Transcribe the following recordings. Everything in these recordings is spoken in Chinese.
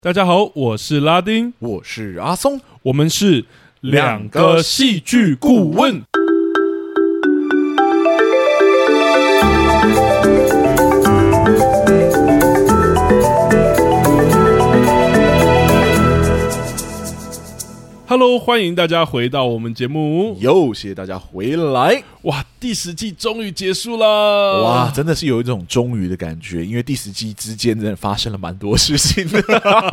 大家好，我是拉丁， 我是阿松， 我们是两个戏剧顾问。Hello， 欢迎大家回到我们节目。 谢谢大家回来。 哇，第10季终于结束了！ 哇，真的是有一种终于的感觉，因为第10季之间真的发生了蛮多事情的。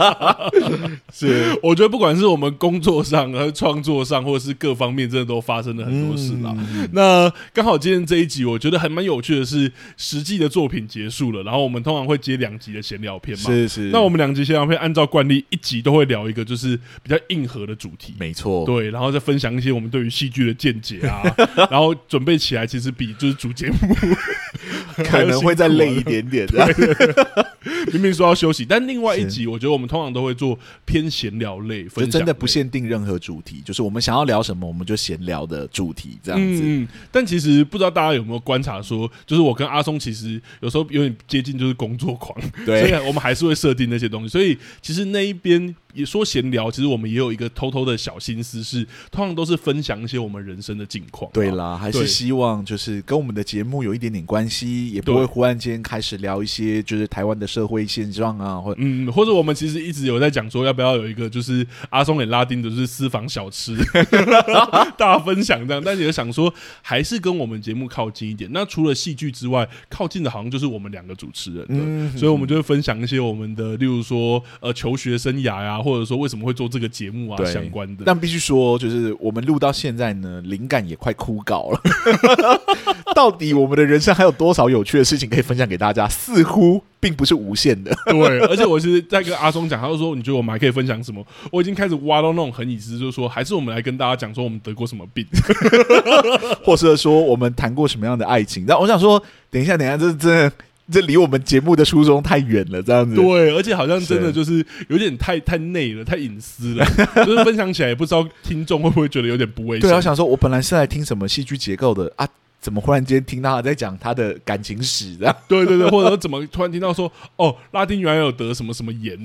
是，我觉得不管是我们工作上、和创作上，或者是各方面，真的都发生了很多事啦。那刚好今天这一集，我觉得还蛮有趣的是，10季的作品结束了，然后我们通常会接2集的闲聊片嘛。 是。 那我们2集闲聊片，按照惯例，1集都会聊一个就是比较硬核的主题。 没错， 对，然后再分享一些我们对于戏剧的见解啊，然后准备起来其实比就是主节目可能会再累一点点的。 明明说要休息，但另外1集我觉得我们通常都会做偏闲聊类分享类， 就真的不限定任何主题，就是我们想要聊什么我们就闲聊的主题这样子。 但其实不知道大家有没有观察说，就是我跟阿松其实有时候有点接近就是工作狂， 对， 所以我们还是会设定那些东西，所以其实那一边也说闲聊，其实我们也有一个偷偷的小心思是，通常都是分享一些我们人生的近况。 对啦，还是希望就是跟我们的节目有一点点关系，也不会忽然间开始聊一些就是台湾的社会现状啊， 或者我们其实一直有在讲说，要不要有一个就是阿松给拉丁的就是私房小吃大家分享这样，但是也想说还是跟我们节目靠近一点。那除了戏剧之外，靠近的好像就是我们2个主持人的，所以我们就会分享一些我们的，例如说求学生涯呀，或者说为什么会做这个节目啊相关的。 但必须说，就是我们录到现在呢，灵感也快枯槁了。到底我们的人生还有多少有趣的事情可以分享给大家？似乎并不是无限的。 对，而且我其实在跟阿松讲，他就说你觉得我们还可以分享什么？我已经开始挖到那种很已知，就是说还是我们来跟大家讲说我们得过什么病， 或者说我们谈过什么样的爱情。但我想说，等一下，这真的。这离我们节目的初衷太远了，这样子。 对，而且好像真的就是有点太内了，太隐私了，就是分享起来也不知道听众会不会觉得有点不卫生。 对，我想说，我本来是来听什么戏剧结构的啊，怎么忽然间听到他在讲他的感情史这样？ 对，或者说怎么突然听到说，哦，拉丁原来有得什么什么炎。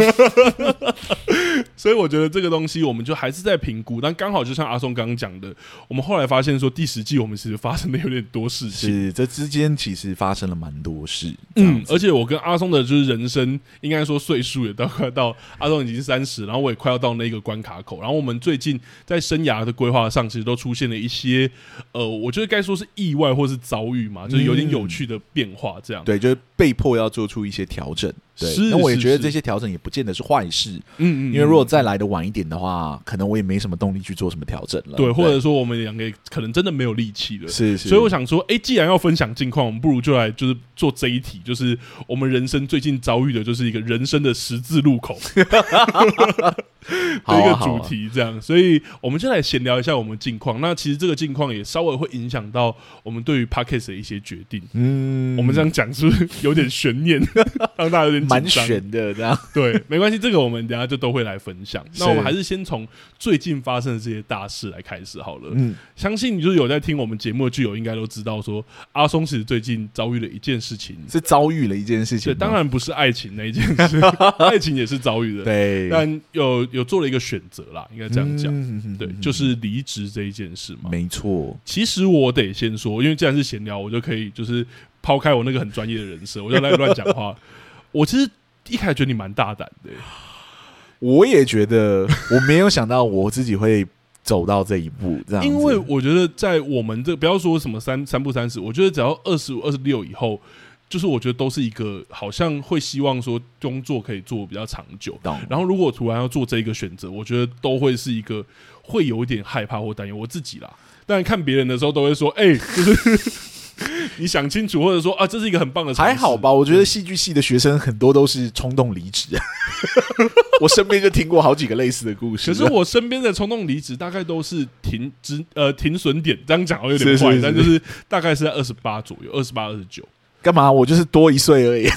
所以我觉得这个东西我们就还是在评估，但刚好就像阿松刚刚讲的，我们后来发现说第10季我们其实发生的有点多事情， 是这之间其实发生了蛮多事。 而且我跟阿松的就是人生应该说岁数也都快到，阿松已经30，然后我也快要到那个关卡口，然后我们最近在生涯的规划上其实都出现了一些我觉得该说是意外或是遭遇嘛，就是有点有趣的变化这样。 对，就是被迫要做出一些调整。对，那我也觉得这些调整也不见得是坏事。因为如果再来的晚一点的话，可能我也没什么动力去做什么调整了。 对，或者说我们2个可能真的没有力气了。 是， 所以我想说，既然要分享近况，我们不如就来就是做这一题，就是我们人生最近遭遇的，就是一个人生的十字路口的一个主题，这样。所以我们就来闲聊一下我们近况。那其实这个近况也稍微会影响到我们对于 Podcast 的一些决定。我们这样讲是不是有点悬念，让大家有点蛮悬的这样？ 对，没关系，这个我们等一下就都会来分享。那我们还是先从最近发生的这些大事来开始好了。相信就是有在听我们节目的剧友应该都知道说，阿松其实最近遭遇了一件事情， 是遭遇了一件事情。 对，当然不是爱情那一件事，爱情也是遭遇的。 对， 但有做了一个选择啦，应该这样讲。对，就是离职这一件事嘛。 没错。 其实我得先说，因为既然是闲聊，我就可以就是抛开我那个很专业的人设，我就来乱讲话。我其实一开始觉得你蛮大胆的。 我也觉得，我没有想到我自己会走到这一步，这样子。 因为我觉得在我们这不要说什么三不30，我觉得只要25、26以后，就是我觉得都是一个好像会希望说工作可以做比较长久。然后如果突然要做这一个选择，我觉得都会是一个会有一点害怕或担忧。我自己啦，当然看别人的时候都会说，就是你想清楚，或者说啊，这是一个很棒的尝试。 还好吧，我觉得戏剧系的学生很多都是冲动离职。我身边就听过好几个类似的故事。 可是我身边的冲动离职大概都是停损点，这样讲有点坏，但就是大概是在28左右，28、29。 干嘛？我就是多1岁而已。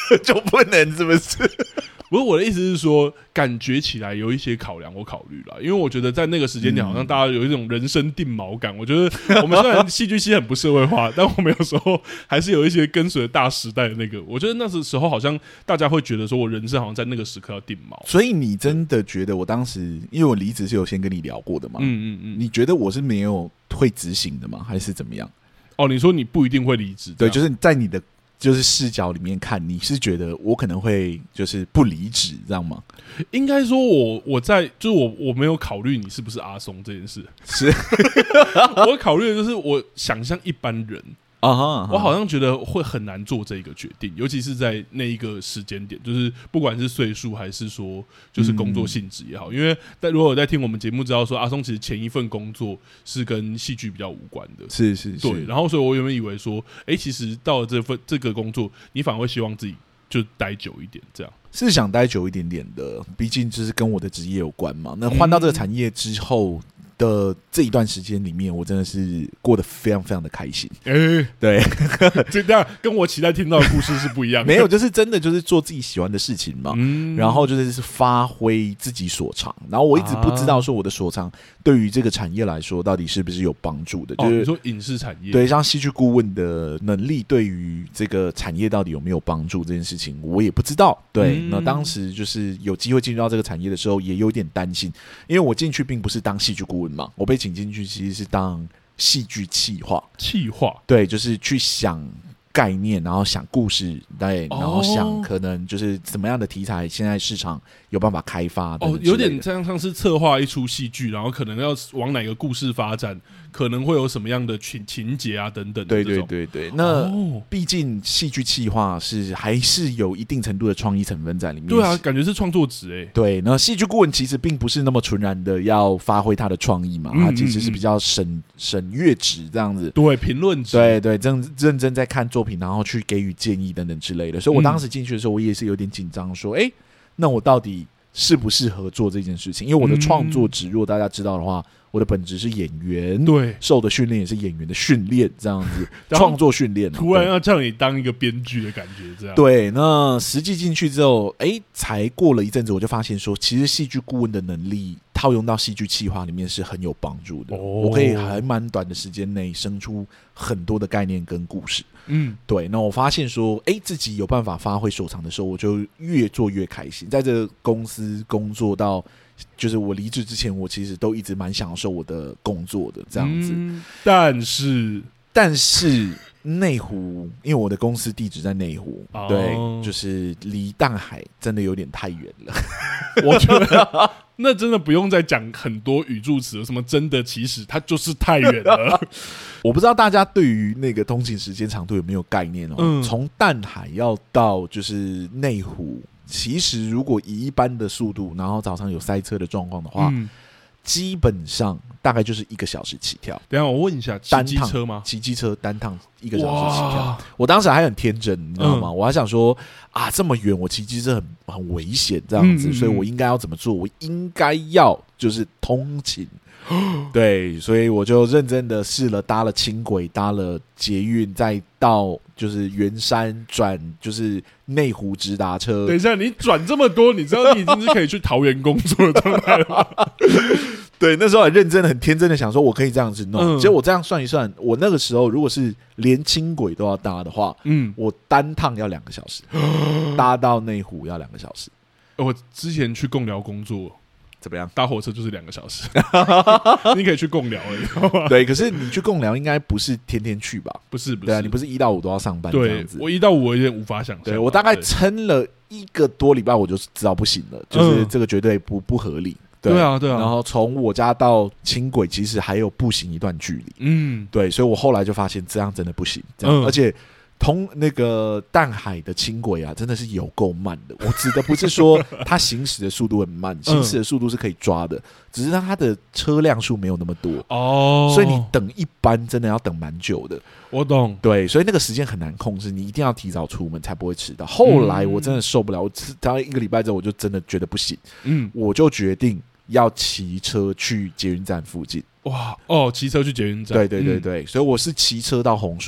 就不能是不是？ 不是，我的意思是说，感觉起来有一些考量或考虑啦，因为我觉得在那个时间点，好像大家有一种人生定锚感。我觉得我们虽然戏剧系很不社会化，但我们有时候还是有一些跟随大时代的那个。我觉得那时候好像大家会觉得说，我人生好像在那个时刻要定锚。 所以你真的觉得我当时，因为我离职是有先跟你聊过的嘛？你觉得我是没有会执行的吗？还是怎么样？ 哦，你说你不一定会离职， 对，就是在你的。就是视角里面看，你是觉得我可能会就是不离职，这样吗？ 应该说我在就是我没有考虑你是不是阿松这件事， 是我考虑的就是我想象一般人。我好像觉得会很难做这个决定，尤其是在那一个时间点，就是不管是岁数还是说就是工作性质也好，因为如果有在听我们节目知道说阿松其实前一份工作是跟戏剧比较无关的， 是对，然后所以我原本以为说，其实到了这个工作，你反而会希望自己就待久一点，这样是想待久一点点的，毕竟就是跟我的职业有关嘛。那换到这个产业之后。的这一段时间里面，我真的是过得非常非常的开心。对， 这样跟我期待听到的故事是不一样的。 没有，就是真的就是做自己喜欢的事情嘛。然后就是发挥自己所长。然后我一直不知道说我的所长对于这个产业来说到底是不是有帮助的。就是你说影视产业， 对，像戏剧顾问的能力对于这个产业到底有没有帮助这件事情，我也不知道。对，那当时就是有机会进入到这个产业的时候，也有点担心，因为我进去并不是当戏剧顾问。我被请进去其实是当戏剧企划，对，就是去想概念，然后想故事，对，然后想可能就是怎么样的题材现在市场有办法开发的。 有点这样像是策划一出戏剧，然后可能要往哪个故事发展，可能会有什么样的情节啊等等的。 对。那毕竟戏剧企划还是有一定程度的创意成分在里面。 对啊，感觉是创作值对，那戏剧顾问其实并不是那么纯然的要发挥他的创意嘛，他其实是比较审阅值这样子。 对，评论值。 对，认真在看作品，然后去给予建议等等之类的。所以我当时进去的时候，我也是有点紧张，说，那我到底适不适合做这件事情？因为我的创作值，如果大家知道的话，我的本质是演员，对，受的训练也是演员的训练，这样子创作训练。 突然要叫你当一个编剧的感觉，这样对。那实际进去之后，才过了一阵子，我就发现说，其实戏剧顾问的能力套用到戏剧企划里面是很有帮助的。我可以还蛮短的时间内生出很多的概念跟故事。对。那我发现说，自己有办法发挥所长的时候，我就越做越开心。在这个公司工作到。就是我离职之前，我其实都一直蛮享受我的工作的这样子。但是内湖，因为我的公司地址在内湖，对，就是离淡海真的有点太远了。 我觉得那真的不用再讲很多语助词了，什么真的，其实它就是太远了。 我不知道大家对于那个通勤时间长度有没有概念哦？从淡海要到就是内湖。其实，如果以一般的速度，然后早上有塞车的状况的话，基本上大概就是1个小时起跳。 等一下我问一下，骑机车吗？ 骑机车单趟1个小时起跳。我当时还很天真，你知道吗？我还想说这么远，我骑机车很危险这样子，所以我应该要怎么做？我应该要就是通勤。对，所以我就认真的试了，搭了轻轨，搭了捷运，再到就是圆山转就是内湖直达车。 等一下，你转这么多，你知道你已经是可以去桃园工作的状态了吗？ 对，那时候很认真的、很天真的想说，我可以这样子弄。结果我这样算一算，我那个时候如果是连轻轨都要搭的话，我单趟要2个小时，搭到内湖要2个小时。 我之前去贡寮工作。 怎么样？ 搭火车就是2个小时，你可以去贡寮了，你知道吗？ 对，可是你去贡寮应该不是天天去吧？ 不是， 对啊，你不是1到5都要上班这样子。 我1到5我有点无法想象。 对，我大概撑了1个多礼拜，我就知道不行了，就是这个绝对不合理。 对啊。然后从我家到轻轨其实还有步行一段距离。对，所以我后来就发现这样真的不行，这样而且。那个淡海的轻轨真的是有够慢的。我指的不是说它行驶的速度很慢，行驶的速度是可以抓的，只是它的车辆数没有那么多所以你等一班真的要等蛮久的。 我懂， 对，所以那个时间很难控制，你一定要提早出门才不会迟到。后来我真的受不了，我大概1个礼拜之后，我就真的觉得不行，我就决定要骑车去捷运站附近。 骑车去捷运站， 对，所以我是骑车到红树林。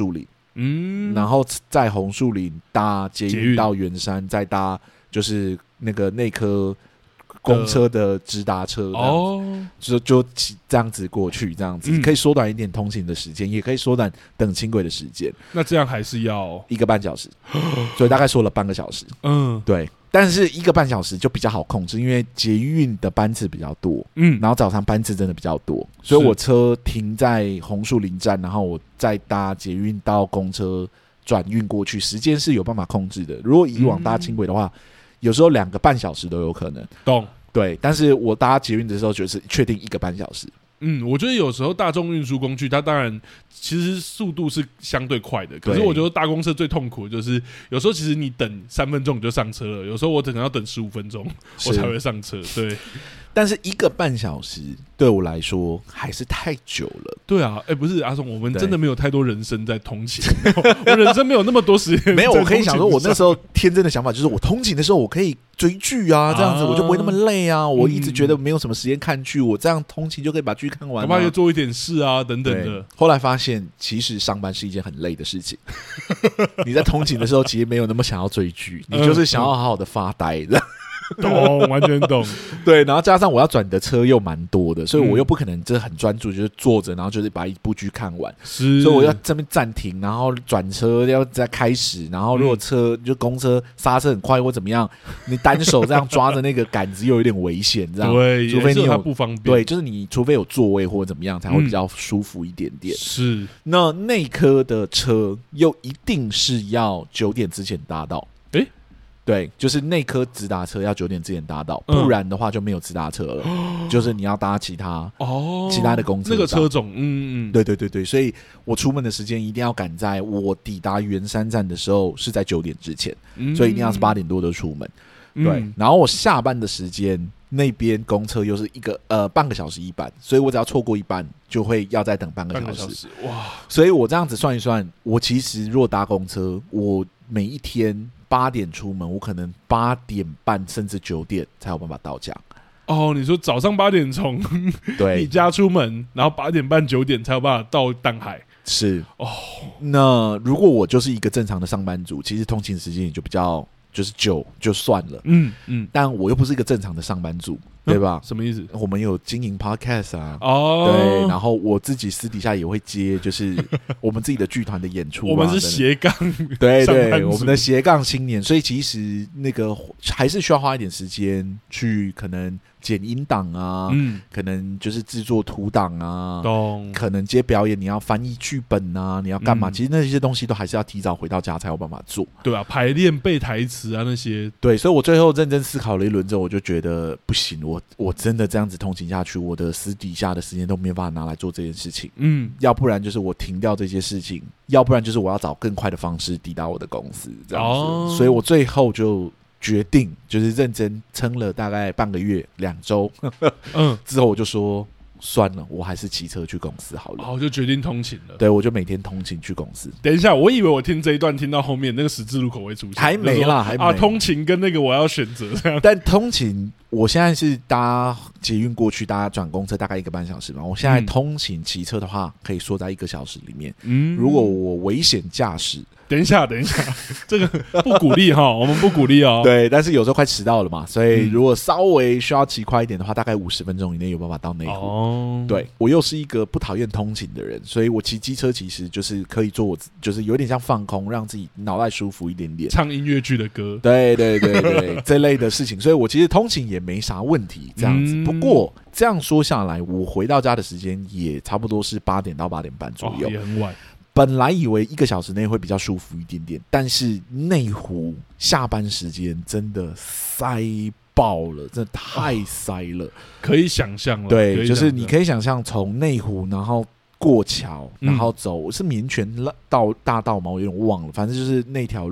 然后在红树林搭捷运到圆山，再搭就是那个内科公车的直达车，就这样子过去，这样子可以缩短一点通勤的时间，也可以缩短等轻轨的时间。 那这样还是要 1个半小时，所以大概说了半个小时。对。但是1个半小时就比较好控制，因为捷运的班次比较多，然后早上班次真的比较多，所以我车停在红树林站，然后我再搭捷运到公车转运过去，时间是有办法控制的。如果以往搭轻轨的话，有时候2个半小时都有可能。 懂。 对，但是我搭捷运的时候就是确定1个半小时。 我觉得有时候大众运输工具它当然其实速度是相对快的，可是我觉得搭公车最痛苦的就是有时候其实你等3分钟你就上车了，有时候我可能要等15分钟我才会上车。对， 但是1个半小时对我来说还是太久了。 对啊，不是阿松，我们真的没有太多人生在通勤，我人生没有那么多时间。 没有，我可以想说，我那时候天真的想法就是，我通勤的时候我可以追剧啊，这样子我就不会那么累啊。我一直觉得没有什么时间看剧，我这样通勤就可以把剧看完， 干嘛又做一点事啊等等的。 后来发现，其实上班是一件很累的事情。你在通勤的时候，其实没有那么想要追剧，你就是想要好好的发呆的。 懂，完全懂。 对，然后加上我要转的车又蛮多的，所以我又不可能真的很专注，就是坐着，然后就是把一部剧看完。所以我要这边暂停，然后转车要再开始，然后如果就公车刹车很快或怎么样，你单手这样抓着那个杆子又有点危险，这样。 对， 除非你有不方便。 对，就是你除非有座位或怎么样，才会比较舒服一点点。 是。 那内科的车又一定是要9点之前搭到。对，就是内科直达车要9点之前搭到，不然的话就没有直达车了，就是你要搭其他的公车， 那个车种， 对，所以我出门的时间一定要赶在我抵达圆山站的时候是在9点之前，所以一定要是8点多就出门。对，然后我下班的时间那边公车又是半个小时一班，所以我只要错过一班就会要再等半个小时。哇！所以我这样子算一算，我其实如果搭公车，我每一天8点出门，我可能8点半甚至9点才有办法到家。 你说早上8点从你家出门，然后8点半9点才有办法到淡海。 是那如果我就是一个正常的上班族，其实通勤时间也就比较就是久就算了。但我又不是一个正常的上班族，对吧？ 什么意思？ 我们有经营 podcast 啊，对，然后我自己私底下也会接，就是我们自己的剧团的演出我们是斜杠， 对，我们的斜杠青年，所以其实那个还是需要花一点时间去可能剪音档啊，可能就是制作图档啊，可能接表演，你要翻译剧本啊，你要干嘛？其实那些东西都还是要提早回到家才有办法做， 对啊，排练背台词啊那些， 对，所以我最后认真思考了一轮之后，我就觉得不行，我真的这样子通勤下去，我的私底下的时间都没有办法拿来做这件事情，要不然就是我停掉这些事情，要不然就是我要找更快的方式抵达我的公司，这样子，所以我最后就决定就是认真撑了大概半个月2周之后我就说算了，我还是骑车去公司好了。 我就决定通勤了。 对，我就每天通勤去公司。 等一下，我以为我听这一段听到后面那个十字路口会出现， 还没啦，还没通勤跟那个我要选择这样。 但通勤，我现在是搭捷运过去，搭转公车大概1个半小时嘛。我现在通勤骑车的话，可以缩在1个小时里面。如果我危险驾驶。 等一下，这个不鼓励哈，我们不鼓励哦。 对，但是有时候快迟到了嘛，所以如果稍微需要骑快一点的话，大概50分钟以内有办法到内湖。对，我又是一个不讨厌通勤的人，所以我骑机车其实就是可以做就是有点像放空，让自己脑袋舒服一点点， 唱音乐剧的歌。 对，这类的事情，所以我其实通勤也没啥问题，这样子。不过这样说下来，我回到家的时间也差不多是8点到8点半左右， 也很晚。 本来以为1个小时内会比较舒服一点点，但是内湖下班时间真的塞爆了，真的太塞了， 可以想象了。 对，就是你可以想象从内湖，然后过桥，然后走是民权到大道吗？我有点忘了，反正就是那条路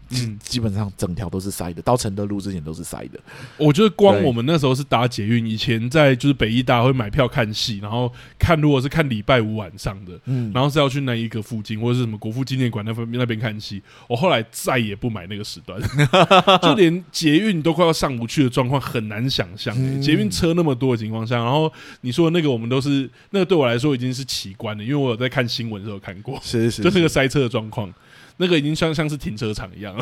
基本上整条都是塞的，到承德路之前都是塞的。 我觉得光我们那时候是搭捷运，以前在就是北艺大会买票看戏，然后如果是看礼拜五晚上的，然后是要去那一个附近或者是什么国父纪念馆那边看戏，我后来再也不买那个时段，就连捷运都快要上不去的状况很难想象。捷运车那么多的情况下，然后你说的那个我们都是那个对我来说已经是奇观了，因为我有在看新闻的时候看过， 是就那个塞车的状况。那个已经像是停车场一样了，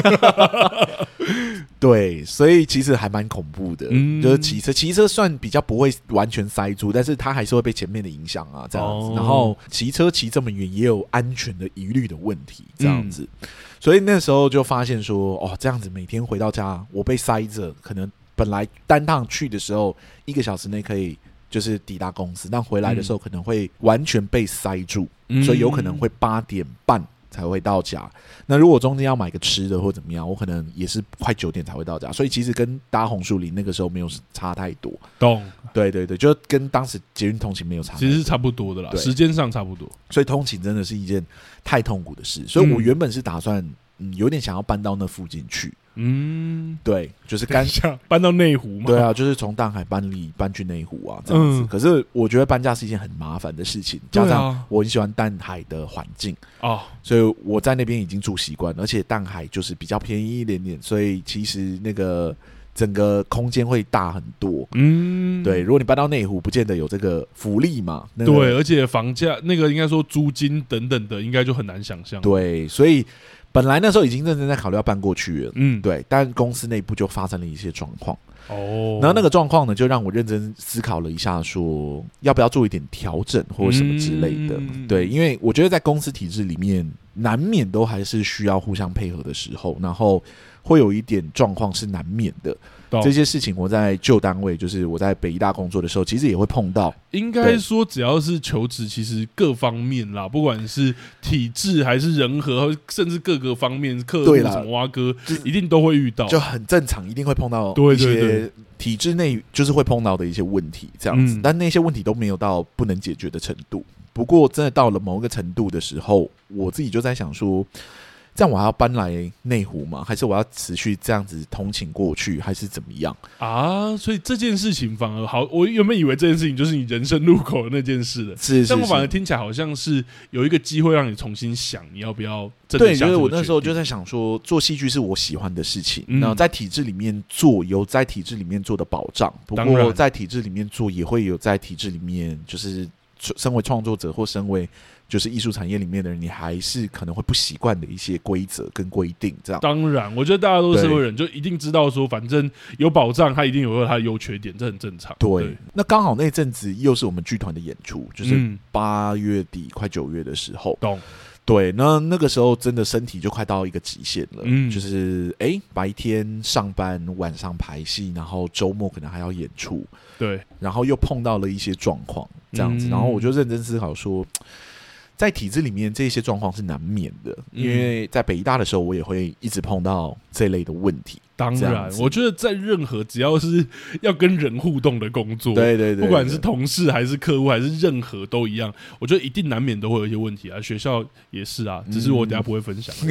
对，所以其实还蛮恐怖的。就是骑车算比较不会完全塞住，但是它还是会被前面的影响啊，这样子。然后骑车骑这么远，也有安全的疑虑的问题，这样子。所以那时候就发现说，这样子每天回到家，我被塞着，可能本来单趟去的时候1个小时内可以就是抵达公司，但回来的时候可能会完全被塞住，所以有可能会8点半才会到家。那如果中间要买个吃的或怎么样，我可能也是快9点才会到家，所以其实跟搭红树林那个时候没有差太多。 懂？ 对对对，就跟当时捷运通勤没有差太多， 其实是差不多的啦，时间上差不多。 所以通勤真的是一件太痛苦的事，所以我原本是打算有点想要搬到那附近去。对，就是搬到内湖嘛。 对啊，就是从淡海搬去内湖啊，这样子。可是我觉得搬家是一件很麻烦的事情，加上我很喜欢淡海的环境所以我在那边已经住习惯了，而且淡海就是比较便宜一点点，所以其实那个整个空间会大很多。对，如果你搬到内湖，不见得有这个福利嘛。 对，而且房价那个应该说租金等等的，应该就很难想象。 对，所以本来那时候已经认真在考虑要搬过去了，对，但公司内部就发生了一些状况，然后那个状况呢，就让我认真思考了一下，说要不要做一点调整或者什么之类的，对，因为我觉得在公司体制里面，难免都还是需要互相配合的时候，然后会有一点状况是难免的。这些事情我在旧单位，就是我在北医大工作的时候，其实也会碰到。应该说，只要是求职，其实各方面啦，不管是体制还是人和，甚至各个方面，客户什么挖哥，一定都会遇到， 就很正常，一定会碰到一些体制内就是会碰到的一些问题，这样子。但那些问题都没有到不能解决的程度。不过，真的到了某一个程度的时候，我自己就在想说，这样我还要搬来内湖吗？还是我要持续这样子通勤过去，还是怎么样啊？所以这件事情反而好，我原本以为这件事情就是你人生路口的那件事了，但我反而听起来好像是有一个机会让你重新想，你要不要真的下这个决定。对， 就是我那时候就在想说，做戏剧是我喜欢的事情，然后在体制里面做有在体制里面做的保障，不过在体制里面做也会有在体制里面，就是身为创作者或身为就是艺术产业里面的人，你还是可能会不习惯的一些规则跟规定，这样。 当然，我觉得大家都是社会人，就一定知道说，反正有保障，它一定有它的优缺点，这很正常。 对，那刚好那阵子又是我们剧团的演出，就是8月底快9月的时候。 懂。 对，那个时候真的身体就快到一个极限了，就是白天上班，晚上排戏，然后周末可能还要演出， 对， 然后又碰到了一些状况，这样子，然后我就认真思考说，在体制里面这些状况是难免的，因为在北医大的时候，我也会一直碰到这类的问题。 当然，我觉得在任何只要是要跟人互动的工作， 对对 对， 不管是同事还是客户还是任何都一样，我觉得一定难免都会有一些问题啊。学校也是啊，只是我等一下不会分享。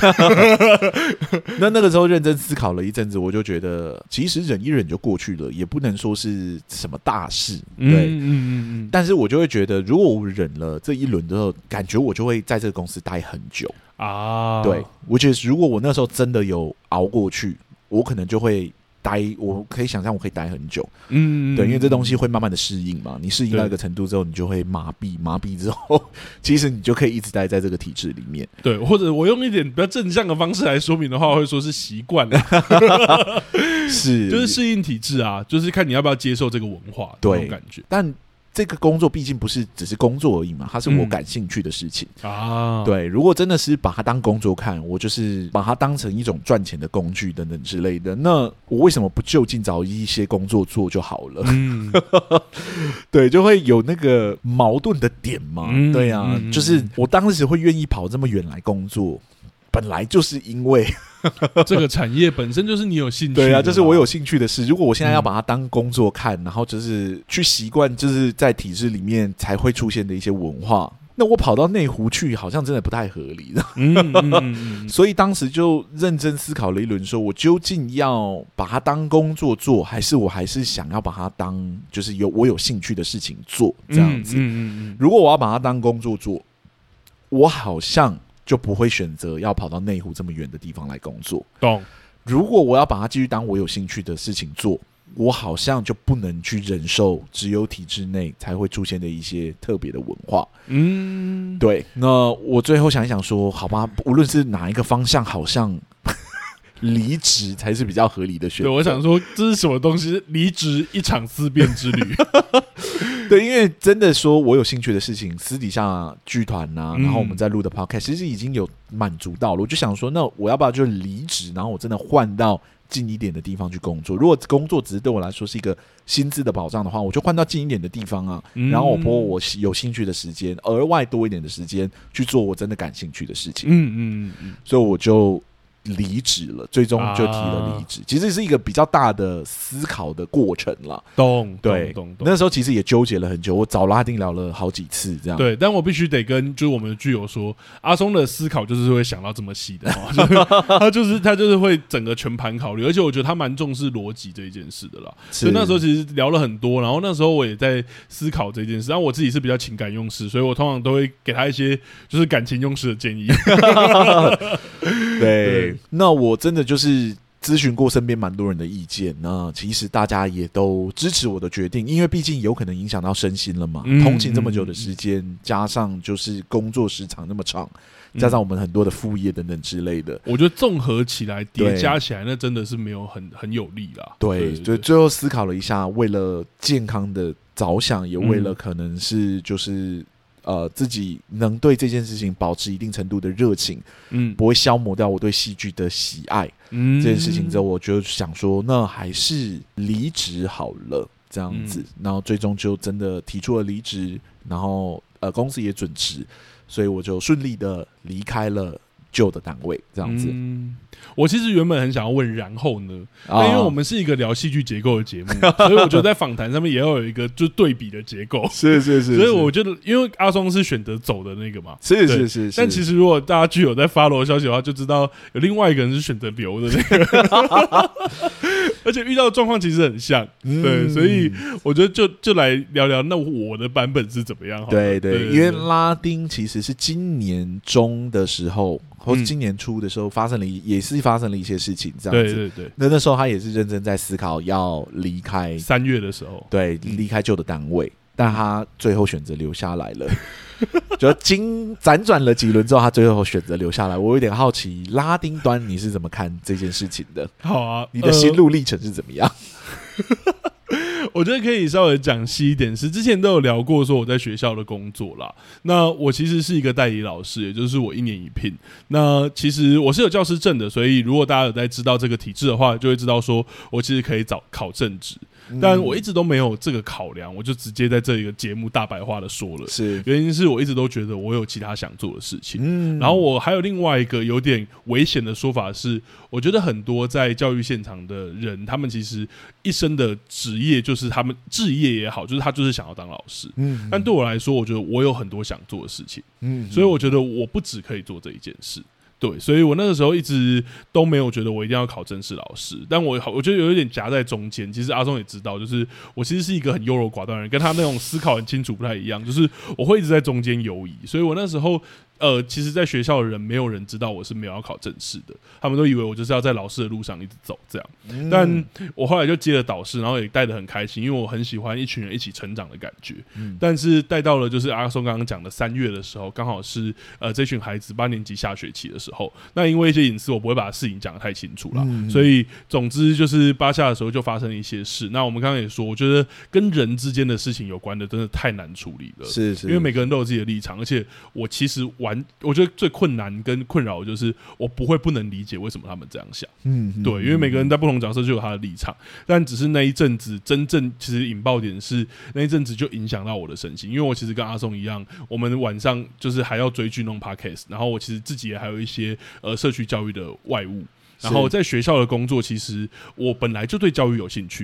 那个时候认真思考了一阵子，我就觉得其实忍一忍就过去了，也不能说是什么大事。对，但是我就会觉得，如果我忍了这一轮之后，感觉我就会在这个公司待很久啊。对，我觉得如果我那时候真的有熬过去，我可能就会待，我可以想象我可以待很久，对，因为这东西会慢慢的适应嘛，你适应到一个程度之后，你就会麻痹之后，其实你就可以一直待在这个体制里面，对， 或者我用一点比较正向的方式来说明的话，会说是习惯了， 是， 就是适应体制啊，就是看你要不要接受这个文化，对，这种感觉， 但。这个工作毕竟不是只是工作而已嘛，它是我感兴趣的事情啊。对，如果真的是把它当工作看，我就是把它当成一种赚钱的工具等等之类的，那我为什么不就近找一些工作做就好了？对，就会有那个矛盾的点嘛。对啊，就是我当时会愿意跑这么远来工作，本来就是因为这个产业本身就是你有兴趣的， 对啊，就是我有兴趣的事。如果我现在要把它当工作看，然后就是去习惯，就是在体制里面才会出现的一些文化， 那我跑到内湖去好像真的不太合理所以当时就认真思考了一轮，说我究竟要把它当工作做，还是我还是想要把它当就是我有兴趣的事情做这样子。如果我要把它当工作做，我好像就不会选择要跑到内湖这么远的地方来工作。 懂。 如果我要把它继续当我有兴趣的事情做，我好像就不能去忍受只有体制内才会出现的一些特别的文化。对。那我最后想一想说，好吧，无论是哪一个方向，好像离职才是比较合理的选择。 对，我想说这是什么东西？离职一场思辨之旅。 对，因为真的说我有兴趣的事情，私底下剧团啊，然后我们在录的 podcast，其实已经有满足到了。我就想说，那我要不要就离职，然后我真的换到近一点的地方去工作？如果工作只是对我来说是一个薪资的保障的话，我就换到近一点的地方啊，然后我拨我有兴趣的时间，额外多一点的时间去做我真的感兴趣的事情。所以我就离职了，最终就提了离职。其实是一个比较大的思考的过程啦。对，那时候其实也纠结了很久，我找拉丁聊了好几次这样。 对，但我必须得跟就是我们的剧友说，阿松的思考就是会想到这么细的他就是会整个全盘考虑，而且我觉得他蛮重视逻辑这一件事的啦。所以那时候其实聊了很多，然后那时候我也在思考这件事。然后我自己是比较情感用事，所以我通常都会给他一些就是感情用事的建议。 对，那我真的就是咨询过身边蛮多人的意见，那其实大家也都支持我的决定，因为毕竟有可能影响到身心了嘛。通勤这么久的时间，加上就是工作时长那么长，加上我们很多的副业等等之类的， 我觉得综合起来叠加起来，那真的是没有很有利啦。 对，所以最后思考了一下，为了健康的着想，也为了可能是就是自己能对这件事情保持一定程度的热情，不会消磨掉我对戏剧的喜爱，这件事情之后，我就想说，那还是离职好了，这样子，然后最终就真的提出了离职，然后公司也准辞，所以我就顺利的离开了旧的单位，这样子。 我其实原本很想要问，然后呢？但因为我们是一个聊戏剧结构的节目，所以我觉得在访谈上面也要有一个就对比的结构。 是， 所以我觉得，因为阿松是选择走的那个嘛， 是。 但其实如果大家具有在 follow 消息的话，就知道有另外一个人是选择留的那个，而且遇到的状况其实很像。对，所以我觉得就来聊聊，那我的版本是怎么样好？ 对，因为拉丁其实是今年中的时候。或是今年初的时候也是发生了一些事情，这样子。对。那时候他也是认真在思考要离开 ，3月的时候， 对，离开旧的单位，但他最后选择留下来了。就辗转了几轮之后，他最后选择留下来。我有点好奇，拉丁端你是怎么看这件事情的？ 好啊， 你的心路历程是怎么样？ 我觉得可以稍微讲细一点，是之前都有聊过说我在学校的工作啦。那我其实是一个代理老师，也就是我1年1聘。那其实我是有教师证的，所以如果大家有在知道这个体制的话，就会知道说我其实可以考正职。但我一直都没有这个考量，我就直接在这一个节目大白话的说了。 是， 原因是我一直都觉得我有其他想做的事情。然后我还有另外一个有点危险的说法是，我觉得很多在教育现场的人，他们其实一生的职业就是他们志业也好，就是他就是想要当老师。但对我来说，我觉得我有很多想做的事情。所以我觉得我不只可以做这一件事。对，所以我那个时候一直都没有觉得我一定要考正式老师，但我觉得有一点夹在中间。其实阿松也知道，就是我其实是一个很优柔寡断的人，跟他那种思考很清楚不太一样，就是我会一直在中间游移。所以我那时候其实在学校的人没有人知道我是没有要考正式的，他们都以为我就是要在老师的路上一直走这样。但我后来就接了导师，然后也带得很开心，因为我很喜欢一群人一起成长的感觉。但是带到了就是阿松刚刚讲的3月的时候，刚好是这群孩子8年级下学期的时候，那因为一些隐私我不会把事情讲得太清楚啦，所以总之就是8下的时候就发生了一些事。那我们刚刚也说，我觉得跟人之间的事情有关的真的太难处理了， 是因为每个人都有自己的立场，而且我其实我觉得最困难跟困扰的就是我不能理解为什么他们这样想。对，因为每个人在不同角色就有他的立场，但只是那一阵子真正其实引爆点是那一阵子就影响到我的身心，因为我其实跟阿松一样，我们晚上就是还要追剧弄 podcast， 然后我其实自己也还有一些社区教育的外务，然后在学校的工作，其实我本来就对教育有兴趣。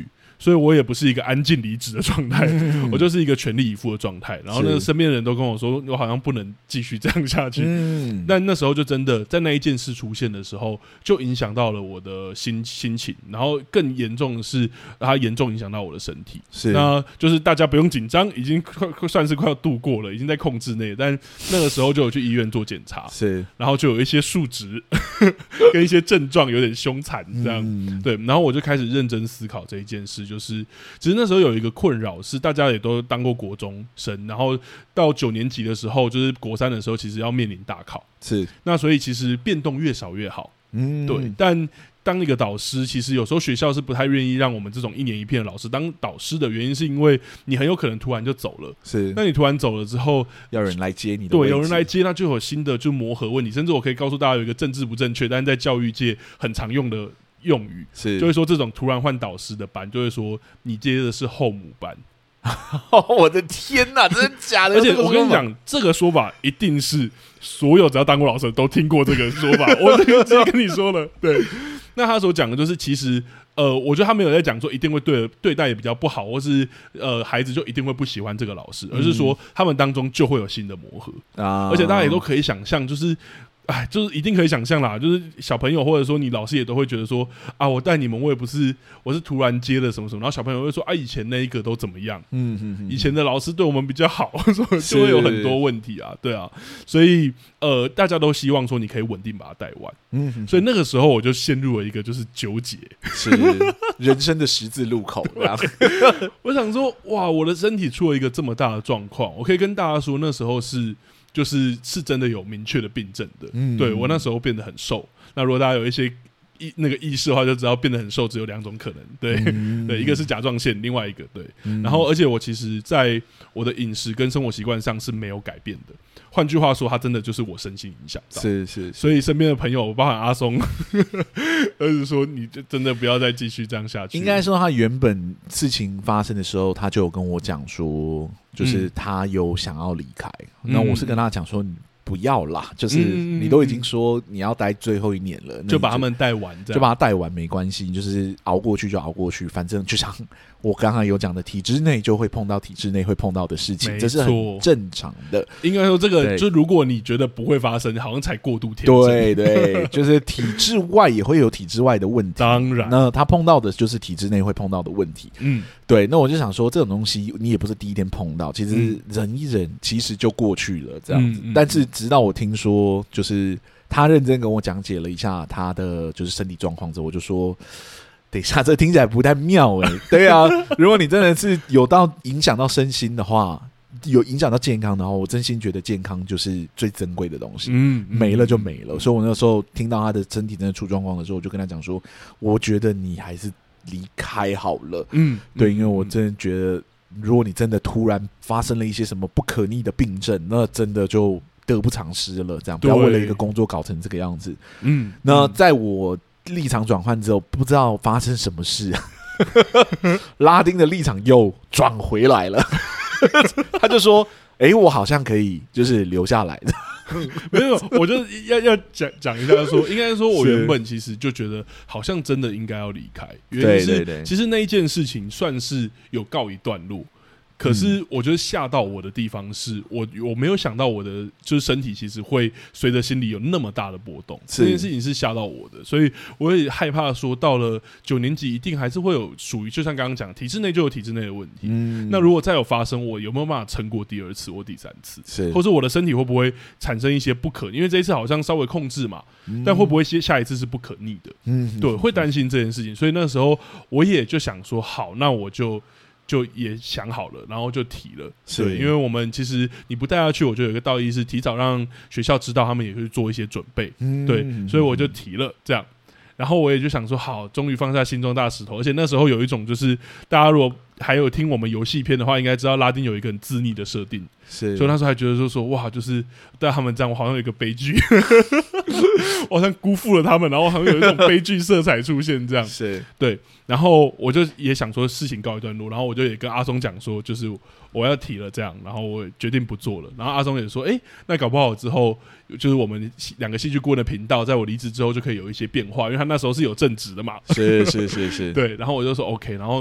所以我也不是一个安静离职的状态，我就是一个全力以赴的状态。然后那个身边的人都跟我说，我好像不能继续这样下去。但那时候就真的在那一件事出现的时候，就影响到了我的心情，然后更严重的是，它严重影响到我的身体。那就是大家不用紧张，已经算是快要度过了，已经在控制内。但那个时候就有去医院做检查，然后就有一些数值跟一些症状有点凶残，这样、对。然后我就开始认真思考这一件事，就是其实那时候有一个困扰是，大家也都当过国中生，然后到9年级的时候，就是国3的时候，其实要面临大考，那所以其实变动越少越好，对。但当一个导师，其实有时候学校是不太愿意让我们这种1年1片的老师当导师的原因，是因为你很有可能突然就走了。那你突然走了之后， 要有人来接你的位置， 对，有人来接，那就有新的就磨合问题。甚至我可以告诉大家有一个政治不正确，但是在教育界很常用的用语，就会说这种突然换导师的班，就会说你接的是后母班。 我的天哪，真的假的？ 而且我跟你讲，这个说法一定是所有只要当过老师的都听过这个说法。我直接跟你说了，对。那他所讲的就是，其实我觉得他没有在讲说一定会对待也比较不好，或是孩子就一定会不喜欢这个老师，而是说他们当中就会有新的磨合而且大家也都可以想象，就是就是一定可以想象啦，就是小朋友或者说你老师也都会觉得说啊，我带你们，我是突然接了什么什么，然后小朋友会说啊，以前那一个都怎么样？以前的老师对我们比较好，就会有很多问题啊，对啊，所以大家都希望说你可以稳定把它带完，所以那个时候我就陷入了一个就是纠结， 是人生的十字路口。 我想说，哇，我的身体出了一个这么大的状况，我可以跟大家说，那时候是真的有明确的病症的，对，我那时候变得很瘦。那如果大家有一些那个意识的话，就知道变得很瘦只有2种可能，对、对，一个是甲状腺，另外一个对。然后而且我其实在我的饮食跟生活习惯上是没有改变的。换句话说，它真的就是我身心影响到，所以身边的朋友，包含阿松，而是说你就真的不要再继续这样下去。 应该说，他原本事情发生的时候，他就有跟我讲说，就是他有想要离开。那我是跟他讲说，你不要啦，就是你都已经说你要待最后1年了， 就把他们带完， 就把他带完没关系，就是熬过去就熬过去，反正就像我刚才有讲的，体制内就会碰到体制内会碰到的事情，这是很正常的。 应该说这个，就如果你觉得不会发生，好像才过度天真。对，就是体制外也会有体制外的问题， 当然， 那他碰到的就是体制内会碰到的问题。对，那我就想说，这种东西你也不是第一天碰到，其实忍一忍，其实就过去了这样子。但是直到我听说，就是他认真跟我讲解了一下他的就是身体状况之后，我就说，等一下，这听起来不太妙对啊，如果你真的是有到影响到身心的话，有影响到健康的话，我真心觉得健康就是最珍贵的东西，没了就没了。所以我那时候听到他的身体真的出状况的时候，我就跟他讲说，我觉得你还是离开好了。对，因为我真的觉得，如果你真的突然发生了一些什么不可逆的病症，那真的就得不偿失了。这样不要为了一个工作搞成这个样子。那在我立场转换之后，不知道发生什么事，拉丁的立场又转回来了。他就说：“我好像可以，就是留下来的。” 没有，我就要讲一下说，应该说，我原本其实就觉得好像真的应该要离开，原因是其实那一件事情算是有告一段落。可是我觉得吓到我的地方是我没有想到我的就是身体其实会随着心理有那么大的波动，这件事情是吓到我的，所以我也害怕说到了9年级一定还是会有属于就像刚刚讲体制内就有体制内的问题，那如果再有发生，我有没有办法撑过第2次或第3次，或者我的身体会不会产生一些不可逆，因为这一次好像稍微控制嘛，但会不会下一次是不可逆的，对，会担心这件事情，所以那时候我也就想说好，那我就也想好了，然后就提了。对，因为我们其实你不带他去，我就有一个道义是提早让学校知道，他们也会做一些准备。对，所以我就提了这样。然后我也就想说，好，终于放下心中大石头。而且那时候有一种就是，大家如果还有听我们游戏片的话，应该知道拉丁有一个很自溺的设定，所以那时候还觉得说哇，就是带他们这样，我好像有一个悲剧，我好像辜负了他们，然后好像有一种悲剧色彩出现这样。对。然后我就也想说事情告一段落，然后我就也跟阿松讲说，就是我要提了这样，然后我决定不做了。然后阿松也说，那搞不好之后就是我们2个戏剧顾问的频道，在我离职之后就可以有一些变化，因为他那时候是有正职的嘛。是。 对， 然后我就说 OK， 然后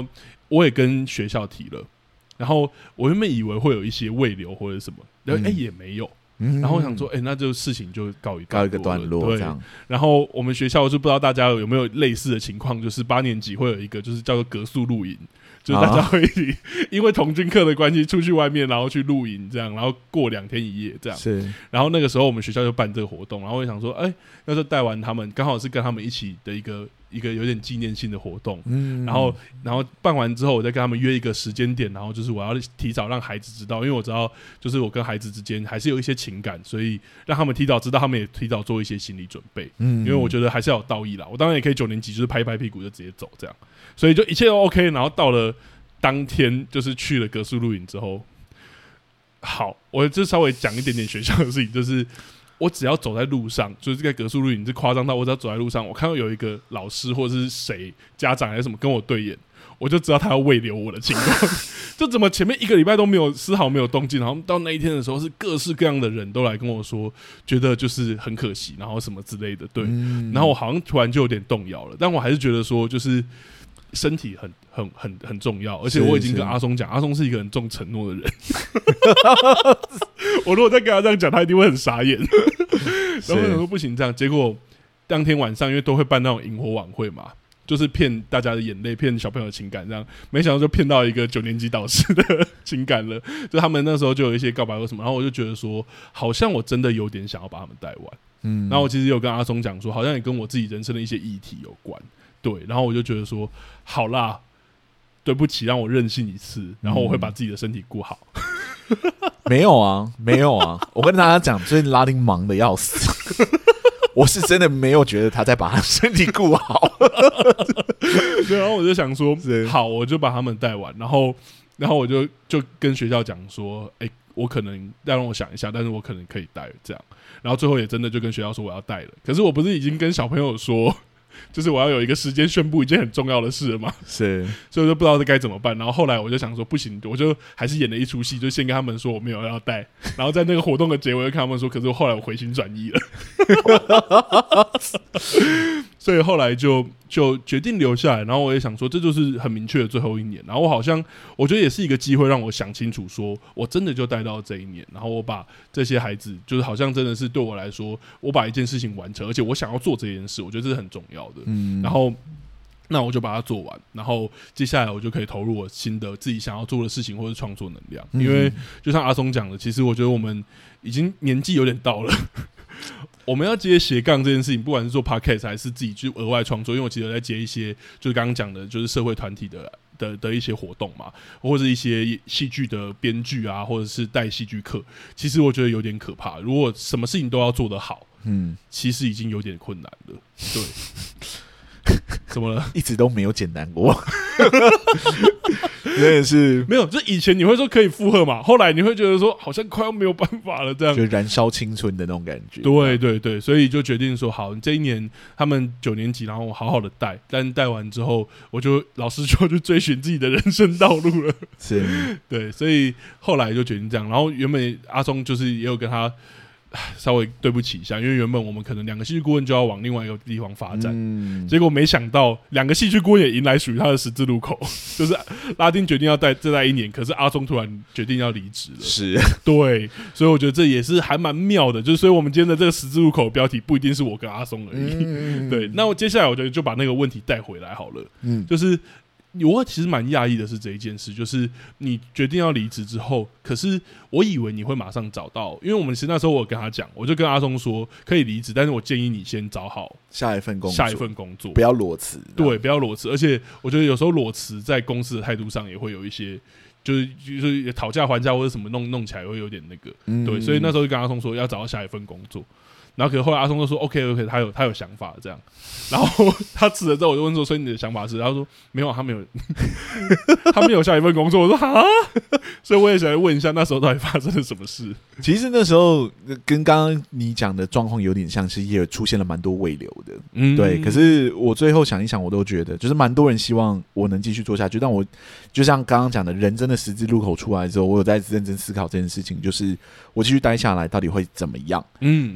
我也跟学校提了，然后我原本以为会有一些未留或者什么，然后也没有。然后我想说，那这个事情就告一个段落，对。然后我们学校就不知道大家有没有类似的情况，就是8年级会有一个就是叫做隔宿露营，就是大家会因为童军课的关系出去外面，然后去露营这样，然后过2天1夜这样。是。然后那个时候我们学校就办这个活动，然后我就想说，那时候带完他们，刚好是跟他们一起的一个有点纪念性的活动，然后办完之后，我再跟他们约一个时间点，然后就是我要提早让孩子知道，因为我知道就是我跟孩子之间还是有一些情感，所以让他们提早知道，他们也提早做一些心理准备，因为我觉得还是要有道义啦。我当然也可以9年级就是拍一拍屁股就直接走这样，所以就一切都 OK。然后到了当天就是去了格宿露营之后，好，我就稍微讲一点点学校的事情，就是我只要走在路上，就是在格宿露营，是夸张到我只要走在路上，我看到有一个老师或者是谁家长还是什么跟我对眼，我就知道他要慰留我的情况。就怎么前面1个礼拜都没有丝毫没有动静，然后到那一天的时候，是各式各样的人都来跟我说，觉得就是很可惜，然后什么之类的，对。然后我好像突然就有点动摇了，但我还是觉得说，就是身体很重要，而且我已经跟阿松讲，阿松是一个很重承诺的人。我如果再跟他这样讲，他一定会很傻眼。然后我想说不行这样，结果当天晚上因为都会办那种萤火晚会嘛，就是骗大家的眼泪，骗小朋友的情感，这样没想到就骗到一个9年级导师的情感了。就他们那时候就有一些告白或什么，然后我就觉得说，好像我真的有点想要把他们带完。然后我其实有跟阿松讲说，好像也跟我自己人生的一些议题有关。对，然后我就觉得说，好啦，对不起，让我任性一次，然后我会把自己的身体顾好。 没有啊，我跟大家讲，最近拉丁忙的要死。我是真的没有觉得他在把他身体顾好。 对，然后我就想说，好，我就把他们带完，然后我就跟学校讲说，我可能要让我想一下，但是我可能可以带这样。然后最后也真的就跟学校说我要带了，可是我不是已经跟小朋友说，就是我要有一个时间宣布一件很重要的事了嘛，是，所以我就不知道该怎么办。然后后来我就想说，不行，我就还是演了一出戏，就先跟他们说我没有要带，然后在那个活动的结尾，就跟他们说，可是后来我回心转意了。所以后来就决定留下来，然后我也想说，这就是很明确的最后1年。然后我觉得也是一个机会，让我想清楚，说我真的就带到这1年，然后我把这些孩子，就是好像真的是对我来说，我把一件事情完成，而且我想要做这件事，我觉得这是很重要的。然后那我就把它做完，然后接下来我就可以投入我新的自己想要做的事情或者创作能量。因为就像阿松讲的，其实我觉得我们已经年纪有点到了。我们要接斜杠这件事情，不管是做 podcast 还是自己去额外创作，因为我其实有在接一些，就是刚刚讲的，就是社会团体的一些活动嘛，或者一些戏剧的编剧啊，或者是带戏剧课，其实我觉得有点可怕。如果什么事情都要做得好，其实已经有点困难了。对。怎么了？ 一直都没有简单过。真的是没有，就以前你会说可以负荷嘛，后来你会觉得说好像快要没有办法了，这样就燃烧青春的那种感觉。 对对对，所以就决定说好，这1年他们9年级，然后我好好的带，但带完之后，老师就去追寻自己的人生道路了。是，对，所以后来就决定这样。然后原本阿松就是也有跟他稍微对不起一下，因为原本我们可能2个戏剧顾问就要往另外一个地方发展，结果没想到2个戏剧顾问也迎来属于他的十字路口，就是拉丁决定要再带1年，可是阿松突然决定要离职了。是，对，所以我觉得这也是还蛮妙的，就是所以我们今天的这个十字路口标题不一定是我跟阿松而已。对，那我接下来我觉得就把那个问题带回来好了，就是我其实蛮讶异的是这一件事，就是你决定要离职之后，可是我以为你会马上找到，因为我们其实那时候我有跟他讲，我就跟阿松说可以离职，但是我建议你先找好下一份工作，不要裸辞。 对，不要裸辞，而且我觉得有时候裸辞在公司的态度上也会有一些。就是讨价还价或者什么弄起来会有点那个，对，所以那时候就跟阿松说要找到下一份工作。然后可是后来阿松就说 OK， 他有想法这样，然后他辞了之后我就问说，所以你的想法是？他说没有，他没有，他没有下一份工作。我说哈，所以我也想问一下，那时候到底发生了什么事？ 其实那时候跟刚刚你讲的状况有点像，是也出现了蛮多未留的，对。可是我最后想一想，我都觉得就是蛮多人希望我能继续做下去，但我就像刚刚讲的，人真的十字路口出来之后，我有在认真思考这件事情，就是我继续待下来到底会怎么样？对，就是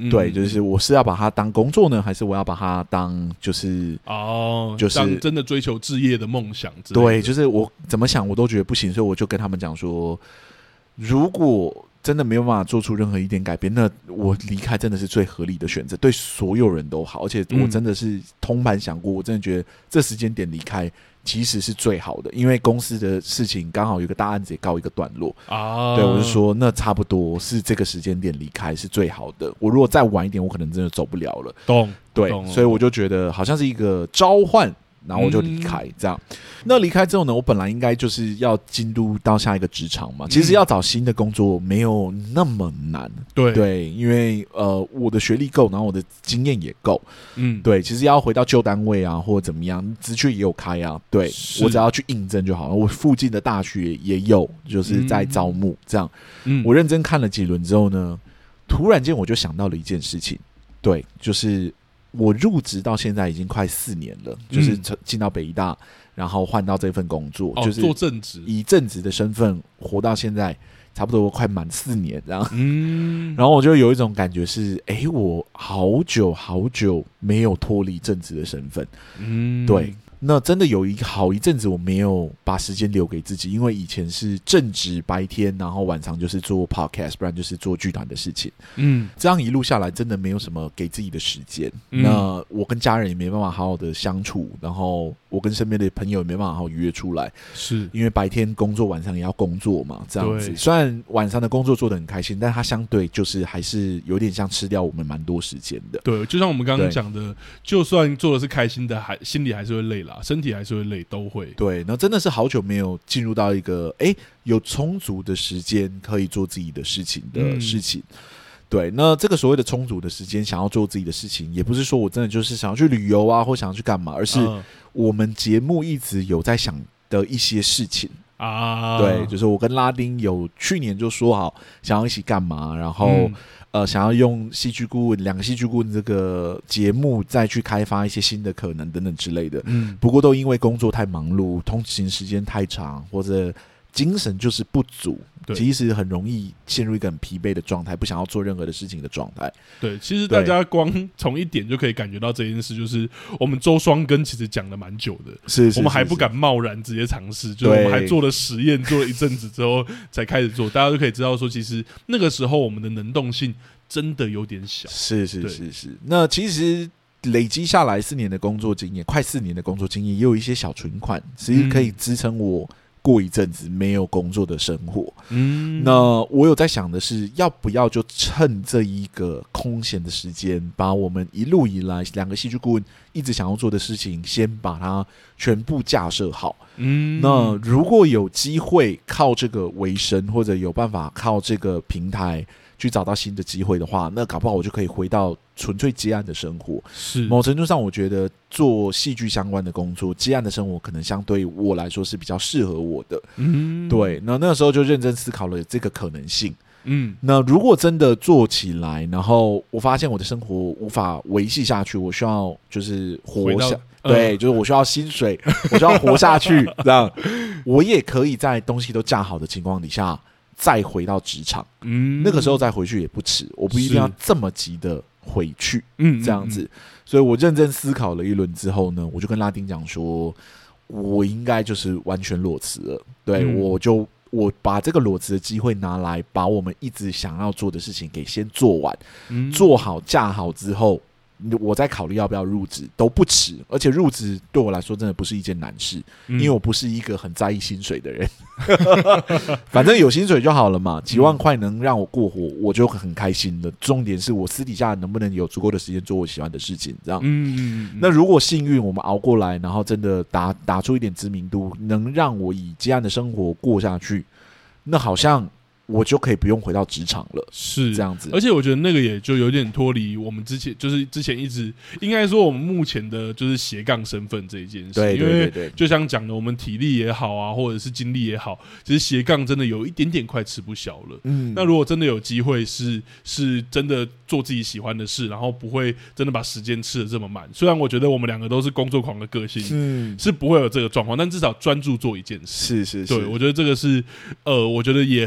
就是我是要把它当工作呢，还是我要把它当就是当真的追求志业的梦想之类的？ 对，就是我怎么想我都觉得不行，所以我就跟他们讲说，如果真的没有办法做出任何一点改变，那我离开真的是最合理的选择，对所有人都好。而且我真的是通盘想过，我真的觉得这时间点离开其实是最好的，因为公司的事情刚好有个大案子也告一个段落对，我就说那差不多是这个时间点离开是最好的。我如果再晚一点，我可能真的走不了了。对，所以我就觉得好像是一个召唤。然后我就离开，这样。那离开之后呢，我本来应该就是要进入到下一个职场嘛。其实要找新的工作没有那么难，对，因为我的学历够，然后我的经验也够，对。其实要回到旧单位啊，或者怎么样，职缺也有开啊，对，我只要去应征就好了。我附近的大学也有，就是在招募，这样。我认真看了几轮之后呢，突然间我就想到了一件事情，对，就是。我入职到现在已经快4年了，就是进到北医大，然后换到这份工作，就是做正职， 以正职的身份活到现在，差不多快满4年这样。然后我就有一种感觉是，我好久好久没有脱离正职的身份，对。那真的有好一阵子我没有把时间留给自己，因为以前是正职白天，然后晚上就是做 podcast， 不然就是做剧团的事情。这样一路下来真的没有什么给自己的时间。那我跟家人也没办法好好的相处，然后我跟身边的朋友也没办法好好约出来， 是因为白天工作，晚上也要工作嘛，这样子。虽然晚上的工作做得很开心，但它相对就是还是有点像吃掉我们蛮多时间的。 对，就像我们刚刚讲的，就算做的是开心的，心里还是会累啦，身体还是会累，都会。 对，那真的是好久没有进入到一个有充足的时间可以做自己的事情的事情。对，那这个所谓的充足的时间，想要做自己的事情，也不是说我真的就是想要去旅游啊，或想要去干嘛，而是我们节目一直有在想的一些事情啊。对，就是我跟拉丁有去年就说好想要一起干嘛，然后想要用戏剧顾问2个戏剧顾问这个节目再去开发一些新的可能等等之类的。不过都因为工作太忙碌，通勤时间太长，或者精神就是不足，其实很容易陷入一个很疲惫的状态，不想要做任何的事情的状态。 对，其实大家光从一点就可以感觉到这件事，就是我们周双根其实讲了蛮久的， 是我们还不敢贸然直接尝试，就是我们还做了实验，做了一阵子之后才开始做，大家就可以知道说，其实那个时候我们的能动性真的有点小。 是。那其实累积下来4年的工作经验，快4年的工作经验，也有一些小存款，其实可以支撑我过一阵子没有工作的生活。那我有在想的是，要不要就趁这一个空闲的时间，把我们一路以来2个戏剧顾问一直想要做的事情，先把它全部架设好。那如果有机会靠这个为生，或者有办法靠这个平台去找到新的机会的话，那搞不好我就可以回到纯粹接案的生活。 是， 某程度上我觉得做戏剧相关的工作，接案的生活可能相对我来说是比较适合我的。对，那个时候就认真思考了这个可能性。那如果真的做起来，然后我发现我的生活无法维系下去，我需要就是活下，对，就是我需要薪水，我需要活下去，这样我也可以在东西都架好的情况底下再回到职场。那个时候再回去也不迟，我不一定要这么急的回去，这样子。所以我认真思考了一轮之后呢，我就跟拉丁讲说，我应该就是完全裸辞了。对，我把这个裸辞的机会拿来，把我们一直想要做的事情给先做完，做好架好之后，我再考虑要不要入职都不迟。而且入职对我来说真的不是一件难事，因为我不是一个很在意薪水的人。反正有薪水就好了嘛，几万块能让我过活，我就很开心了。重点是我私底下能不能有足够的时间做我喜欢的事情，这样。那如果幸运我们熬过来，然后真的打出一点知名度，能让我以接案的生活过下去，那好像我就可以不用回到职场了， 是这样子。 而且我觉得那个也就有点脱离我们之前一直应该说我们目前的就是斜杠身份这一件事。 对， 因为就像讲的，我们体力也好啊，或者是精力也好，其实斜杠真的有一点点快吃不消了。那如果真的有机会是真的做自己喜欢的事，然后不会真的把时间吃得这么满。虽然我觉得我们2个都是工作狂的个性，是不会有这个状况，但至少专注做一件事。 是。 对，我觉得这个是我觉得也很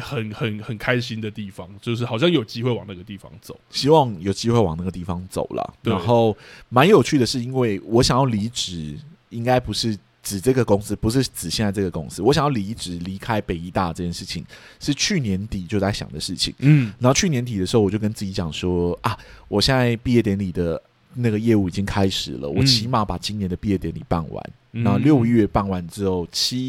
很开心的地方，就是好像有机会往那个地方走， 希望有机会往那个地方走啦。然后蛮有趣的是，因为我想要离职，应该不是指这个公司，不是指现在这个公司，我想要离职离开北医大这件事情是去年底就在想的事情。然后去年底的时候我就跟自己讲说啊，我现在毕业典礼的那个业务已经开始了，我起码把今年的毕业典礼办完，然后6月办完之后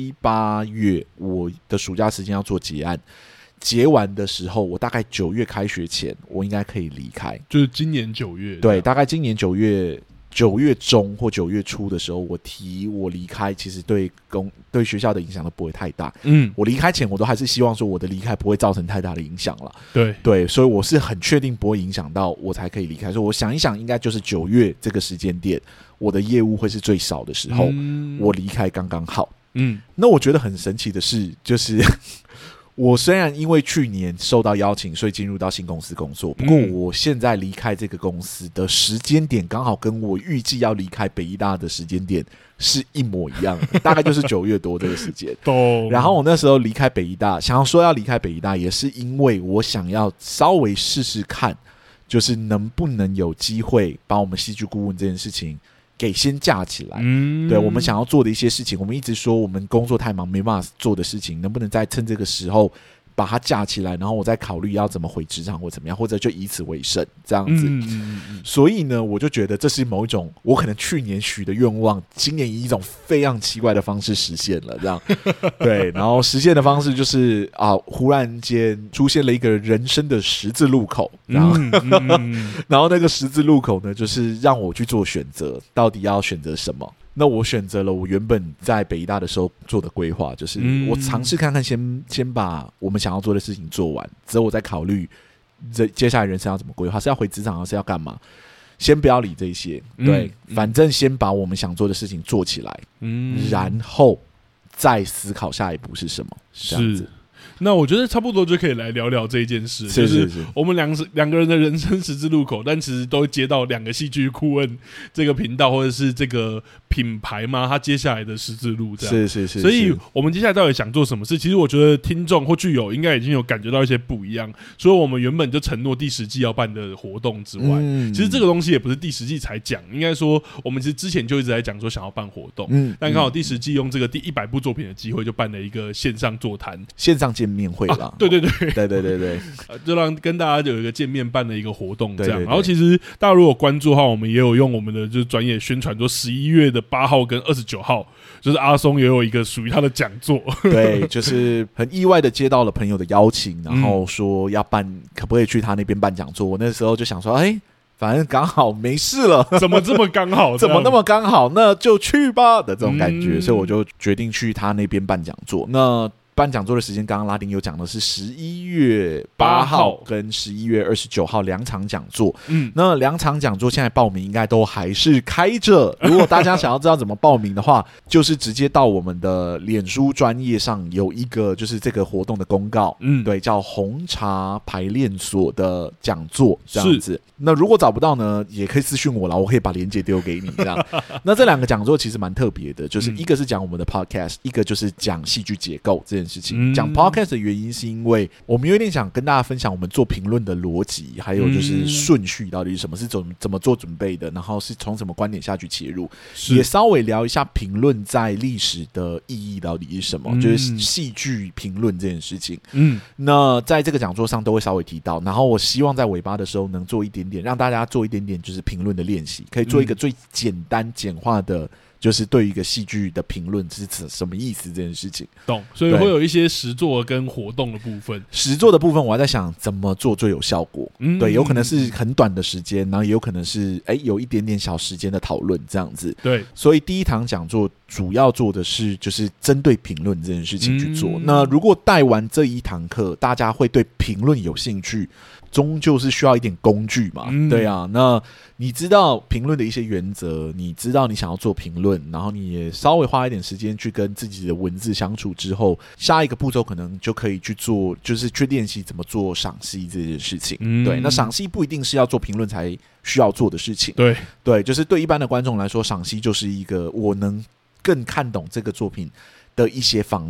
7、8月我的暑假时间要做结案，结完的时候我大概9月开学前我应该可以离开， 就是今年9月， 对，大概今年9月中或9月初的时候，我提我离开，其实对学校的影响都不会太大。我离开前，我都还是希望说我的离开不会造成太大的影响了。对，所以我是很确定不会影响到我才可以离开。所以我想一想，应该就是9月这个时间点，我的业务会是最少的时候，我离开刚刚好。那我觉得很神奇的是，就是我虽然因为去年受到邀请，所以进入到新公司工作，不过我现在离开这个公司的时间点，刚好跟我预计要离开北医大的时间点是一模一样的，大概就是9月多这个时间。然后我那时候离开北医大，想要说要离开北医大，也是因为我想要稍微试试看，就是能不能有机会把我们戏剧顾问这件事情给先架起来。对，我们想要做的一些事情，我们一直说我们工作太忙没办法做的事情，能不能再趁这个时候把它架起来，然后我再考虑要怎么回职场或怎么样，或者就以此为生这样子。所以呢，我就觉得这是某一种我可能去年许的愿望，今年以一种非常奇怪的方式实现了，这样。对，然后实现的方式就是啊，忽然间出现了一个人生的十字路口，然后那个十字路口呢，就是让我去做选择，到底要选择什么。那我选择了我原本在北医大的时候做的规划，就是我尝试看看先把我们想要做的事情做完，之后我再考虑接下来人生要怎么规划，是要回职场还是要干嘛，先不要理这些。对，反正先把我们想做的事情做起来，然后再思考下一步是什么，这样子。 那我觉得差不多就可以来聊聊这一件事，就是我们两个人的人生十字路口，但其实都接到两个戏剧顾问这个频道或者是这个品牌嘛，他接下来的十字路这样。是。所以我们接下来到底想做什么事？其实我觉得听众或剧友应该已经有感觉到一些不一样。除了我们原本就承诺第10季要办的活动之外，其实这个东西也不是第10季才讲，应该说我们其实之前就一直在讲说想要办活动，但刚好第10季用这个第100部作品的机会，就办了一个线上座谈、 线上见面会啦。 对， 就让跟大家有一个见面办的一个活动这样。然后其实大家如果关注的话，我们也有用我们的就是专业宣传，说11月的8号跟29号，就是阿松也有一个属于他的讲座。 对，就是很意外的接到了朋友的邀请，然后说要办，可不可以去他那边办讲座？我那时候就想说，反正刚好没事了， 怎么这么刚好？ 怎么那么刚好？那就去吧的这种感觉，所以我就决定去他那边办讲座。那办讲座的时间，刚刚拉丁有讲的是11月8号跟11月29号2场讲座。那2场讲座现在报名应该都还是开着。如果大家想要知道怎么报名的话，就是直接到我们的脸书专页上有一个就是这个活动的公告，对，叫红茶排练所的讲座这样子。那如果找不到呢，也可以私讯我啦，我可以把链接丢给你这样。那这2个讲座其实蛮特别的，就是一个是讲我们的 podcast， 一个就是讲戏剧结构这件事情。讲 podcast 的原因是因为我们有点想跟大家分享我们做评论的逻辑，还有就是顺序到底是什么，是怎么做准备的，然后是从什么观点下去切入，也稍微聊一下评论在历史的意义到底是什么，就是戏剧评论这件事情。那在这个讲座上都会稍微提到，然后我希望在尾巴的时候能做一点点，让大家做一点点就是评论的练习，可以做一个最简单简化的，就是对于一个戏剧的评论是什么意思这件事情。懂， 所以会有一些实作跟活动的部分。 实作的部分我还在想怎么做最有效果。对，有可能是很短的时间，然后也有可能是有一点点小时间的讨论这样子。对，所以第一堂讲座主要做的是就是针对评论这件事情去做。那如果带完这一堂课，大家会对评论有兴趣，终究是需要一点工具嘛。对啊，那你知道评论的一些原则，你知道你想要做评论，然后你也稍微花一点时间去跟自己的文字相处之后，下一个步骤可能就可以去做，就是去练习怎么做赏析这件事情。对，那赏析不一定是要做评论才需要做的事情。对，就是对一般的观众来说，赏析就是一个我能更看懂这个作品的一些方法。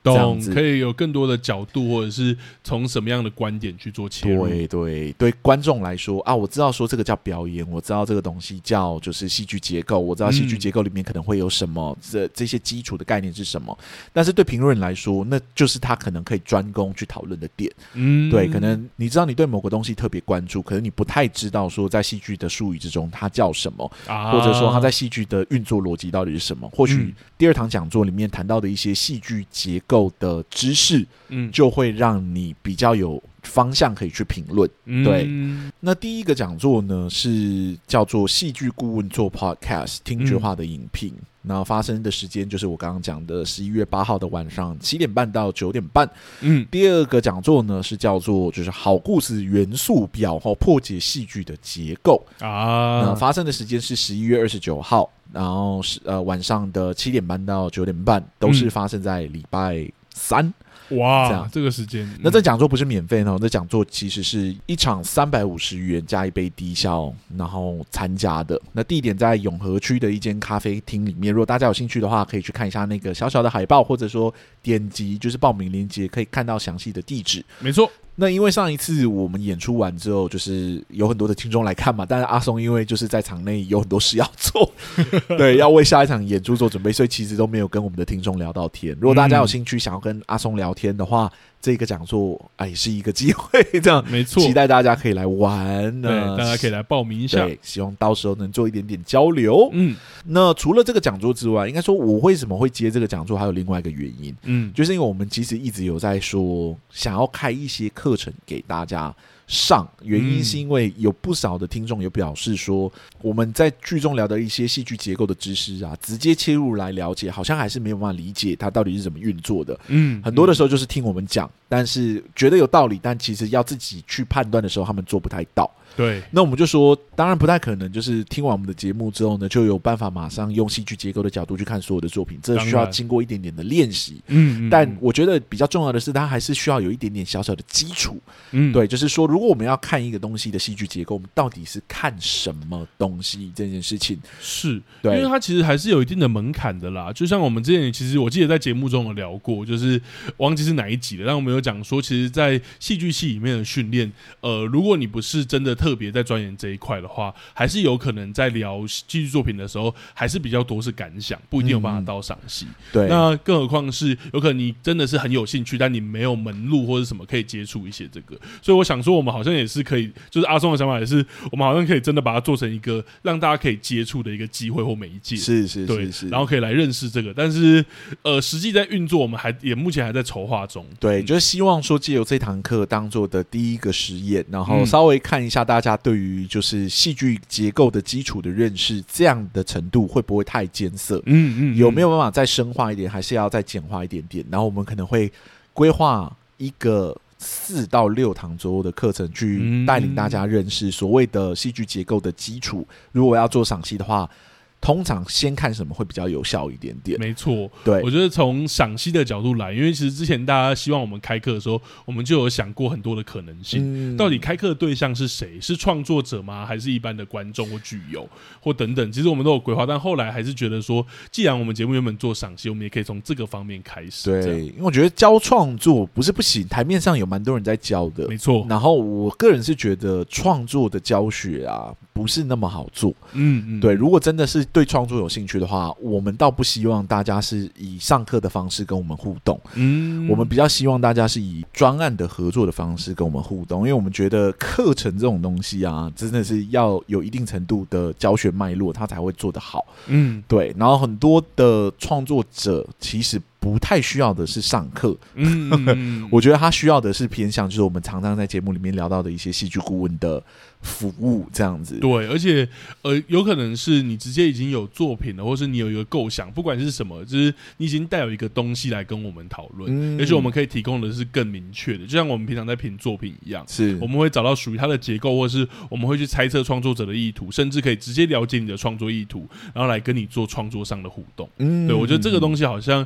这样子可以有更多的角度，或者是从什么样的观点去做切入。 对观众来说啊，我知道说这个叫表演，我知道这个东西叫就是戏剧结构，我知道戏剧结构里面可能会有什么，这些基础的概念是什么，但是对评论人来说，那就是他可能可以专攻去讨论的点。对，可能你知道你对某个东西特别关注，可能你不太知道说在戏剧的术语之中它叫什么，或者说它在戏剧的运作逻辑到底是什么。或许第二堂讲座里面谈到的一些戏剧结构的知识，就会让你比较有方向可以去评论。对，那第一个讲座呢是叫做戏剧顾问做 podcast 听觉化的影评，然后发生的时间就是我刚刚讲的11月8号的晚上7点半到9点半。第二个讲座呢是叫做就是好故事元素表，破解戏剧的结构那发生的时间是11月29号，然后晚上的7点半到9点半，都是发生在礼拜三。 哇，这个时间， 那这讲座不是免费呢，这讲座其实是一场350元加一杯低消，然后参加的。那地点在永和区的一间咖啡厅里面，如果大家有兴趣的话，可以去看一下那个小小的海报，或者说点击就是报名链接，可以看到详细的地址。 没错。 那因为上一次我们演出完之后，就是有很多的听众来看嘛，但是阿松因为就是在场内有很多事要做，对，要为下一场演出做准备，所以其实都没有跟我们的听众聊到天。如果大家有兴趣想要跟阿松聊天的话，这个讲座是一个机会，这样没错， 期待大家可以来玩， 对，大家可以来报名一下， 对，希望到时候能做一点点交流。那除了这个讲座之外，应该说我为什么会接这个讲座，还有另外一个原因，就是因为我们其实一直有在说想要开一些课程给大家上，原因是因为有不少的听众有表示说，我们在剧中聊的一些戏剧结构的知识啊，直接切入来了解，好像还是没有办法理解它到底是怎么运作的。很多的时候就是听我们讲，但是觉得有道理，但其实要自己去判断的时候，他们做不太到。 对， 那我们就说，当然不太可能，就是听完我们的节目之后呢，就有办法马上用戏剧结构的角度去看所有的作品，这需要经过一点点的练习。但我觉得比较重要的是，它还是需要有一点点小小的基础。对，就是说，如果我们要看一个东西的戏剧结构，我们到底是看什么东西这件事情， 是对， 因为它其实还是有一定的门槛的啦。就像我们之前，其实我记得在节目中有聊过，就是忘记是哪一集了，但我们有讲说，其实，在戏剧系里面的训练，如果你不是真的特别在钻研这一块的话，还是有可能在聊戏剧作品的时候，还是比较多是感想，不一定有办法到赏析。 对， 那更何况是有可能你真的是很有兴趣，但你没有门路或者什么可以接触一些这个。所以我想说，我们好像也是可以，就是阿松的想法也是，我们好像可以真的把它做成一个让大家可以接触的一个机会或媒介。 是， 对，然后可以来认识这个。但是实际在运作，我们也目前还在筹划中。 对，就是希望说借由这堂课当做的第一个实验，然后稍微看一下大家对于就是戏剧结构的基础的认识，这样的程度会不会太艰涩？有没有办法再深化一点，还是要再简化一点点？然后我们可能会规划一个4到6堂左右的课程，去带领大家认识所谓的戏剧结构的基础。如果要做赏析的话，通常先看什么会比较有效一点点。 没错， 对， 我觉得从赏析的角度来，因为其实之前大家希望我们开课的时候，我们就有想过很多的可能性。到底开课的对象是谁？是创作者吗？还是一般的观众或剧友或等等？其实我们都有规划，但后来还是觉得说，既然我们节目原本做赏析，我们也可以从这个方面开始。 对，因为我觉得教创作不是不行，台面上有蛮多人在教的， 没错。 然后我个人是觉得创作的教学啊，不是那么好做。对，如果真的是对创作有兴趣的话，我们倒不希望大家是以上课的方式跟我们互动。我们比较希望大家是以专案的合作的方式跟我们互动，因为我们觉得课程这种东西啊，真的是要有一定程度的教学脉络，它才会做得好。对。然后很多的创作者其实不太需要的是上课，我觉得他需要的是偏向就是我们常常在节目里面聊到的一些戏剧顾问的服务这样子。 对，而且有可能是你直接已经有作品了，或是你有一个构想，不管是什么，就是你已经带有一个东西来跟我们讨论，而且我们可以提供的是更明确的，就像我们平常在评作品一样， 是我们会找到属于它的结构，或是我们会去猜测创作者的意图，甚至可以直接了解你的创作意图，然后来跟你做创作上的互动。对，我觉得这个东西好像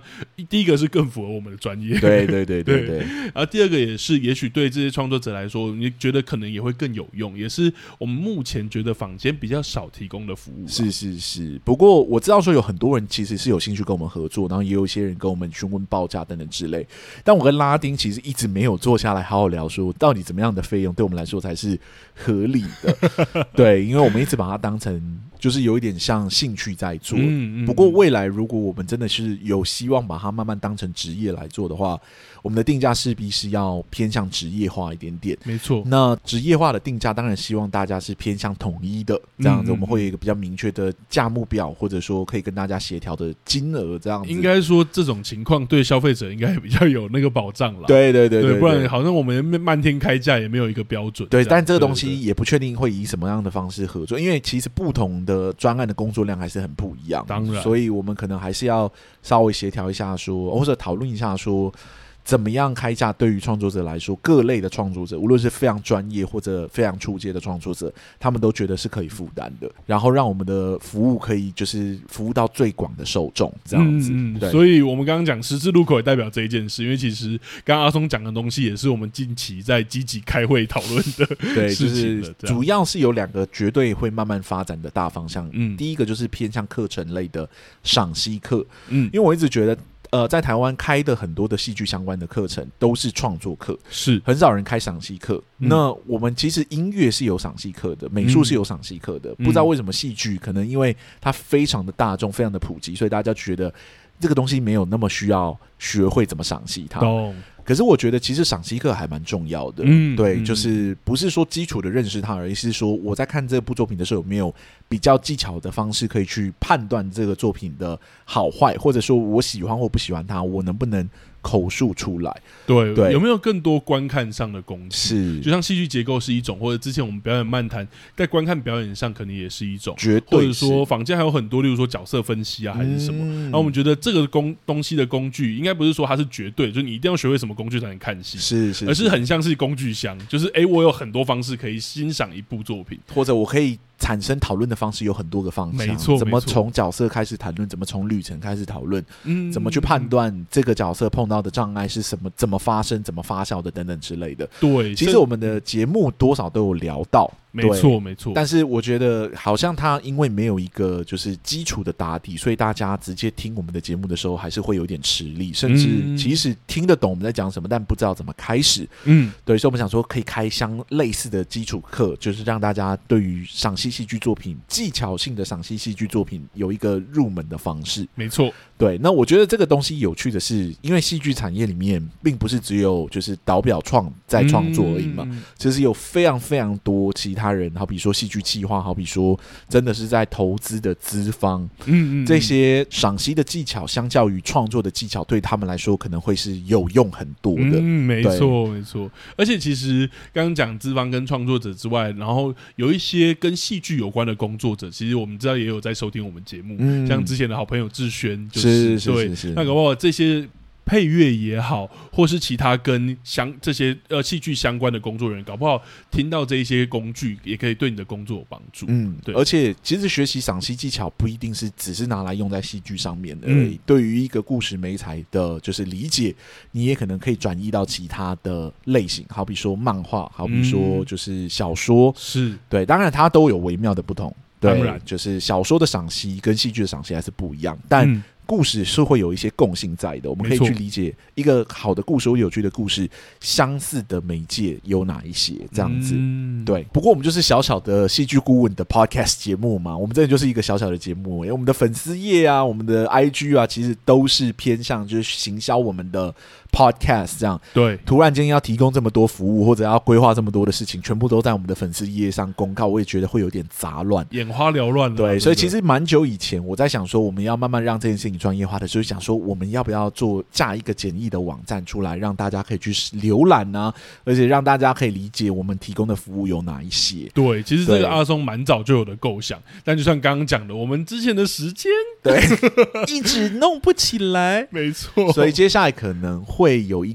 第一个是更符合我们的专业， 对对对对对。 然后第二个也是，也许对这些创作者来说，你觉得可能也会更有用，也是我们目前觉得坊间比较少提供的服务。 是是是，不过我知道说有很多人其实是有兴趣跟我们合作，然后也有一些人跟我们询问报价等等之类。但我跟拉丁其实一直没有坐下来好好聊，说到底怎么样的费用对我们来说才是合理的。对，因为我们一直把它当成就是有一点像兴趣在做。不过未来如果我们真的是有希望把它慢慢当成职业来做的话，我们的定价势必是要偏向职业化一点点。 没错， 那职业化的定价当然希望大家是偏向统一的，这样子我们会有一个比较明确的价目表，或者说可以跟大家协调的金额，这样子。 应该说这种情况对消费者应该比较有那个保障啦。 对对对 对， 不然好像我们漫天开价也没有一个标准。 对，但这个东西也不确定会以什么样的方式合作，因为其实不同的专案的工作量还是很不一样， 当然， 所以我们可能还是要稍微协调一下说，或者讨论一下说，怎么样开价对于创作者来说，各类的创作者，无论是非常专业或者非常初阶的创作者，他们都觉得是可以负担的，然后让我们的服务可以就是服务到最广的受众，这样子。 所以我们刚刚讲十字路口也代表这一件事，因为其实刚刚阿松讲的东西也是我们近期在积极开会讨论的对， 事情就是主要是有2个绝对会慢慢发展的大方向。第一个就是偏向课程类的赏析课，因为我一直觉得在台湾开的很多的戏剧相关的课程都是创作课， 是很少人开赏析课。那我们其实音乐是有赏析课的，美术是有赏析课的，不知道为什么戏剧可能因为它非常的大众，非常的普及，所以大家觉得这个东西没有那么需要学会怎么赏析它。可是我觉得其实赏析课还蛮重要的，对，就是不是说基础的认识它而已，是说我在看这部作品的时候有没有比较技巧的方式可以去判断这个作品的好坏，或者说我喜欢或不喜欢它，我能不能口述出来。 对， 有没有更多观看上的工具， 是就像戏剧结构是一种，或者之前我们表演漫谈在观看表演上可能也是一种， 绝对， 或者说坊间还有很多例如说角色分析啊还是什么，然后我们觉得这个东西的工具应该不是说它是绝对，就是你一定要学会什么工具才能看戏， 是而是很像是工具箱，就是我有很多方式可以欣赏一部作品， 或者我可以产生讨论的方式有很多个方向， 没错， 怎么从角色开始谈论，怎么从旅程开始讨论，怎么去判断这个角色碰到的障碍是什么，怎么发生，怎么发酵的等等之类的。 对， 其实我们的节目多少都有聊到， 没错没错。 但是我觉得好像它因为没有一个就是基础的打底，所以大家直接听我们的节目的时候还是会有点吃力，甚至其实听得懂我们在讲什么，但不知道怎么开始。对，所以我们想说可以开箱类似的基础课，就是让大家对于赏析戏剧作品，技巧性的赏析戏剧作品有一个入门的方式。 没错， 对。那我觉得这个东西有趣的是，因为戏剧产业里面并不是只有就是导表在创作而已嘛，其实有非常非常多其他人，好比说戏剧企划，好比说真的是在投资的资方，这些赏析的技巧相较于创作的技巧，对他们来说可能会是有用很多的。 没错没错。而且其实刚刚讲资方跟创作者之外，然后有一些跟戏剧有关的工作者，其实我们知道也有在收听我们节目，像之前的好朋友志轩，就是对，那搞不好这些配乐也好，或是其他跟这些戏剧相关的工作人员，搞不好听到这一些工具，也可以对你的工作有帮助。对。 而且其实学习赏析技巧不一定是只是拿来用在戏剧上面的而已，对于一个故事媒材的就是理解，你也可能可以转移到其他的类型，好比说漫画，好比说就是小说， 是对，当然它都有微妙的不同。对， 当然就是小说的赏析跟戏剧的赏析还是不一样，但故事是会有一些共性在的，我们可以去理解一个好的故事或有趣的故事，相似的媒介有哪一些，这样子。对。不过我们就是小小的戏剧顾问的 podcast 节目嘛，我们这就是一个小小的节目，因为我们的粉丝页啊，我们的 IG 啊，其实都是偏向就是行销我们的 podcast 这样。 对。 突然间要提供这么多服务，或者要规划这么多的事情，全部都在我们的粉丝页上公告，我也觉得会有点杂乱， 眼花缭乱了。 对，所以其实蛮久以前我在想说，我们要慢慢让这件事情专业化的时候，想说我们要不要架一个简易的网站出来，让大家可以去浏览啊，而且让大家可以理解我们提供的服务有哪一些。 对，其实这个阿松蛮早就有的构想，但就像刚刚讲的，我们之前的时间对一直弄不起来。 没错， 所以接下来可能会有一个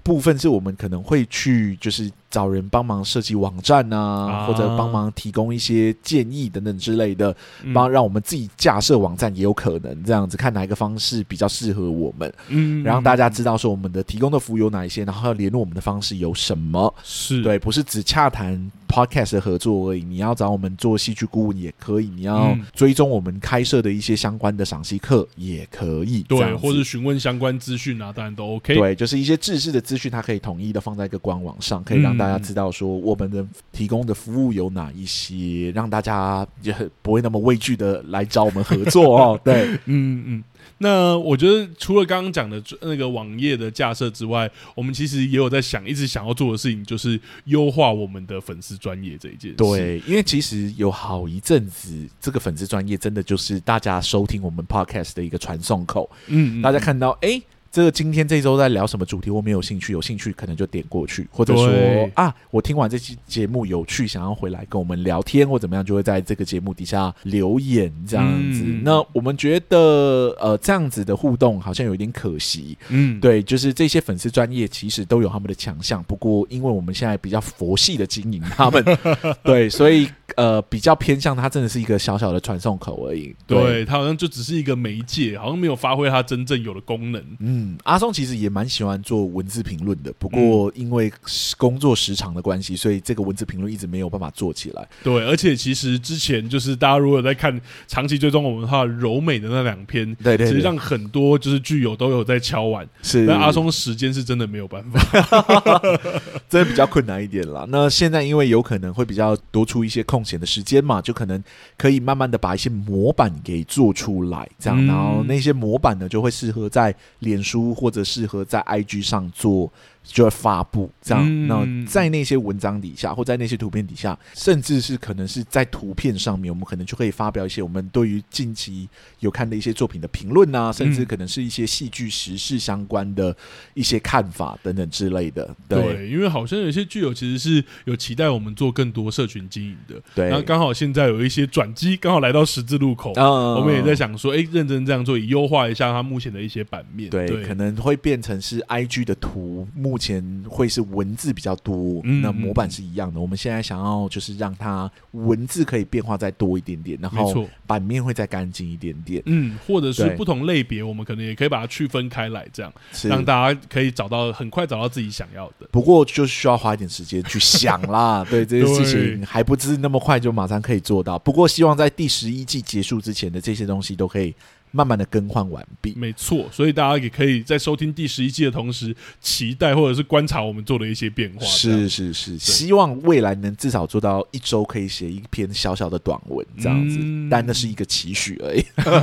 部分是我们可能会去就是找人帮忙设计网站啊，或者帮忙提供一些建议等等之类的，让我们自己架设网站也有可能这样子，看哪一个方式比较适合我们，让大家知道说我们的提供的服务有哪一些，然后要联络我们的方式有什么， 是对，不是只洽谈 podcast 的合作而已，你要找我们做戏剧顾问也可以，你要追踪我们开设的一些相关的赏析课也可以， 对，或者询问相关资讯啊，当然都 OK。 对，就是一些制式的资讯，它可以统一的放在一个官网上，可以让大家知道说我们的提供的服务有哪一些，让大家也不会那么畏惧的来找我们合作哦。对， 那我觉得除了刚刚讲的那个网页的架设之外，我们其实也有在一直想要做的事情，就是优化我们的粉丝专页这一件事。 对，因为其实有好一阵子，这个粉丝专页真的就是大家收听我们 podcast 的一个传送口。大家看到这个今天这周在聊什么主题，我没有兴趣，有兴趣可能就点过去，或者说我听完这期节目有趣，想要回来跟我们聊天或怎么样，就会在这个节目底下留言这样子。那我们觉得这样子的互动好像有一点可惜。对，就是这些粉丝专页其实都有他们的强项，不过因为我们现在比较佛系的经营他们，对，所以比较偏向它真的是一个小小的传送口而已。 对，它好像就只是一个媒介，好像没有发挥它真正有的功能。 阿松其实也蛮喜欢做文字评论的，不过因为工作时长的关系，所以这个文字评论一直没有办法做起来。 对，而且其实之前就是大家如果在看长期追踪我们的话，柔美的那2篇， 对， 其实让很多就是剧友都有在敲碗， 是， 但阿松时间是真的没有办法， 真的比较困难一点啦。那现在因为有可能会比较多出一些空闲的时间嘛，就可能可以慢慢的把一些模板给做出来，这样，然后那些模板呢就会适合在脸书或者适合在 IG 上做就会发布这样，那在那些文章底下或在那些图片底下，甚至是可能是在图片上面，我们可能就可以发表一些我们对于近期有看的一些作品的评论啊，甚至可能是一些戏剧时事相关的一些看法等等之类的。 对， 因为好像有些剧友其实是有期待我们做更多社群经营的， 对， 然后刚好现在有一些转机，刚好来到十字路口，我们也在想说认真这样做，以优化一下它目前的一些版面。 对， 可能会变成是 IG 的图目前会是文字比较多，那模板是一样的，我们现在想要就是让它文字可以变化再多一点点，然后版面会再干净一点点， 或者是不同类别我们可能也可以把它区分开来，这样让大家可以很快找到自己想要的。 不过就需要花一点时间去想啦对，这些事情还不是那么快就马上可以做到，不过希望在第11季结束之前的这些东西都可以慢慢的更换完毕。 没错，所以大家也可以在收听第11季的同时期待或者是观察我们做的一些变化。 是，希望未来能至少做到1周可以写一篇小小的短文这样子，但那是一个期许而已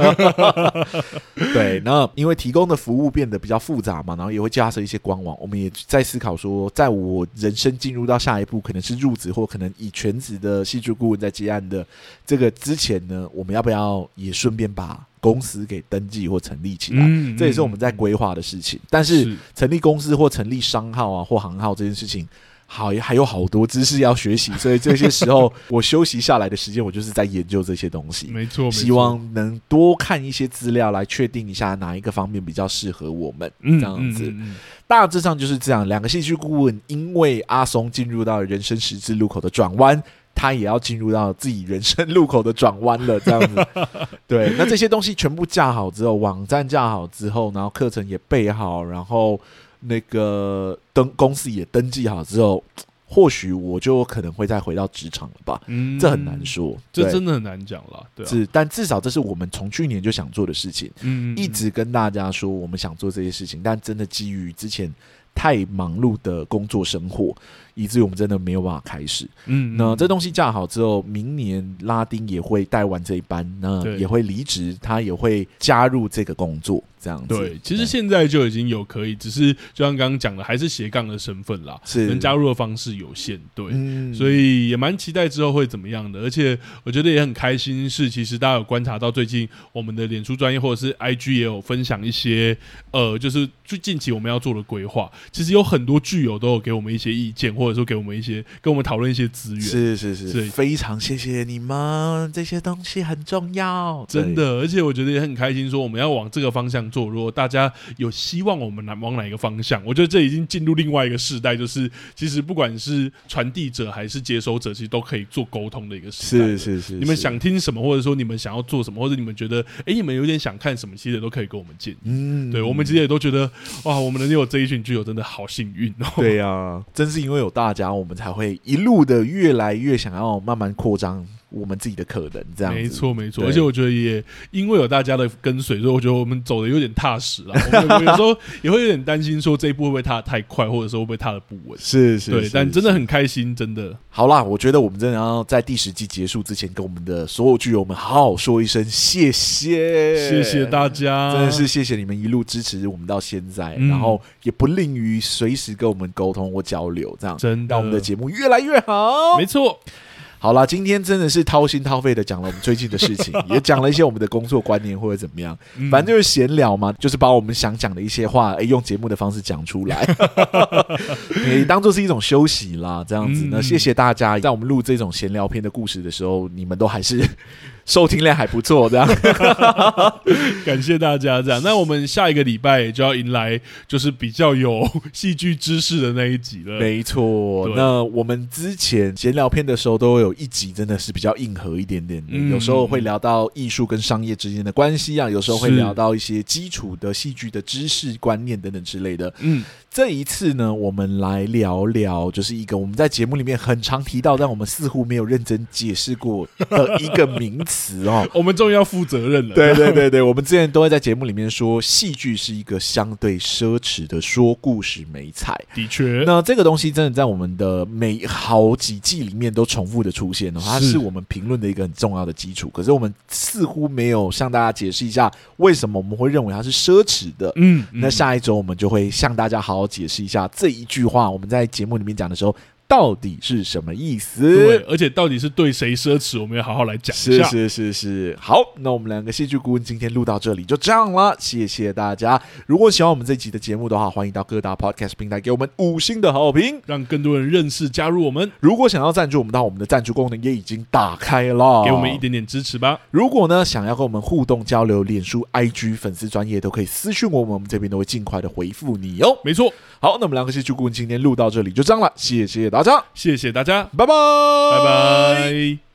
对，那因为提供的服务变得比较复杂嘛，然后也会加设一些官网，我们也在思考说在我人生进入到下一步可能是入职或可能以全职的戏剧顾问在接案的这个之前呢，我们要不要也顺便把公司给登记或成立起来，这也是我们在规划的事情。但是成立公司或成立商号啊或行号这件事情，还有好多知识要学习，所以这些时候我休息下来的时间，我就是在研究这些东西。 没错， 希望能多看一些资料来确定一下哪一个方面比较适合我们，这样子。大致上就是这样。2个戏剧顾问，因为阿松进入到人生十字路口的转弯，他也要进入到自己人生路口的转弯了，这样子。对，那这些东西全部架好之后，网站架好之后，然后课程也备好，然后那个公司也登记好之后，或许我就可能会再回到职场了吧。这很难说， 这真的很难讲啦。对啊， 但至少这是我们从去年就想做的事情。一直跟大家说我们想做这些事情，但真的基于之前太忙碌的工作生活，以至于我们真的没有办法开始。那这东西架好之后，明年拉丁也会带完这一班，那也会离职，他也会加入这个工作，这样子。 对，其实现在就已经有可以，只是就像刚刚讲的，还是斜杠的身份啦，能加入的方式有限。对，所以也蛮期待之后会怎么样的。而且我觉得也很开心，是其实大家有观察到最近我们的脸书专页或者是 IG 也有分享一些就是近期我们要做的规划。其实有很多剧友都有给我们一些意见，或者说给我们跟我们讨论一些资源。 是，非常谢谢你们，这些东西很重要， 真的。而且我觉得也很开心，说我们要往这个方向作，如果大家有希望我们往哪一个方向，我觉得这已经进入另外一个世代，就是其实不管是传递者还是接收者，其实都可以做沟通的一个时代。是，你们想听什么，或者说你们想要做什么，或者你们觉得你们有点想看什么，其实都可以跟我们建议。对，我们其实也都觉得哇，我们能有这一群剧友真的好幸运哦。 对啊，正是因为有大家，我们才会一路的越来越想要慢慢扩张我们自己的可能，这样子。 没错，而且我觉得也因为有大家的跟随，所以我觉得我们走的有点踏实了。我们有时候也会有点担心说这一步会不会踏得太快，或者说会不会踏得不稳。 是， 对，但真的很开心，真的。 好啦，我觉得我们真的要在第10季结束之前，跟我们的所有剧友们好好说一声谢谢， 谢谢大家， 真的是谢谢你们一路支持我们到现在，然后也不吝于随时跟我们沟通或交流，这样真的让我们的节目越来越好。 没错。 好啦，今天真的是掏心掏肺的讲了我们最近的事情，也讲了一些我们的工作观念或者怎么样，反正就是闲聊嘛，就是把我们想讲的一些话，用节目的方式讲出来，也当做是一种休息啦，这样子呢。谢谢大家，在我们录这种闲聊片的故事的时候，你们都还是收听量还不错，这样感谢大家。这样，那我们下一个礼拜就要迎来就是比较有戏剧知识的那一集了。 没错，那我们之前闲聊片的时候都有一集真的是比较硬核一点点的，有时候会聊到艺术跟商业之间的关系啊，有时候会聊到一些基础的戏剧的知识观念等等之类的。这一次呢，我们来聊聊就是一个我们在节目里面很常提到，但我们似乎没有认真解释过的一个名词哦。 我们终于要负责任了。 对，我们之前都会在节目里面说，戏剧是一个相对奢侈的说故事媒材。 的确， 那这个东西真的在我们的好几季里面都重复的出现，它是我们评论的一个很重要的基础。可是我们似乎没有向大家解释一下，为什么我们会认为它是奢侈的。那下一周我们就会向大家好好解释一下这一句话，我们在节目里面讲的时候到底是什么意思？ 对，而且到底是对谁奢侈，我们要好好来讲一下。 是。好，那我们两个戏剧顾问今天录到这里就这样了，谢谢大家。如果喜欢我们这集的节目的话，欢迎到各大 podcast 平台给我们5星的好评， 让更多人认识加入我们。 如果想要赞助我们的话，我们的赞助功能也已经打开了， 给我们一点点支持吧。 如果呢想要跟我们互动交流，脸书 IG 粉丝专页都可以私讯我们这边都会尽快的回复你哦。 没错。 好，那我们两个戏剧顾问今天录到这里就这样了，谢谢大家， 谢谢大家， 拜拜， 拜拜。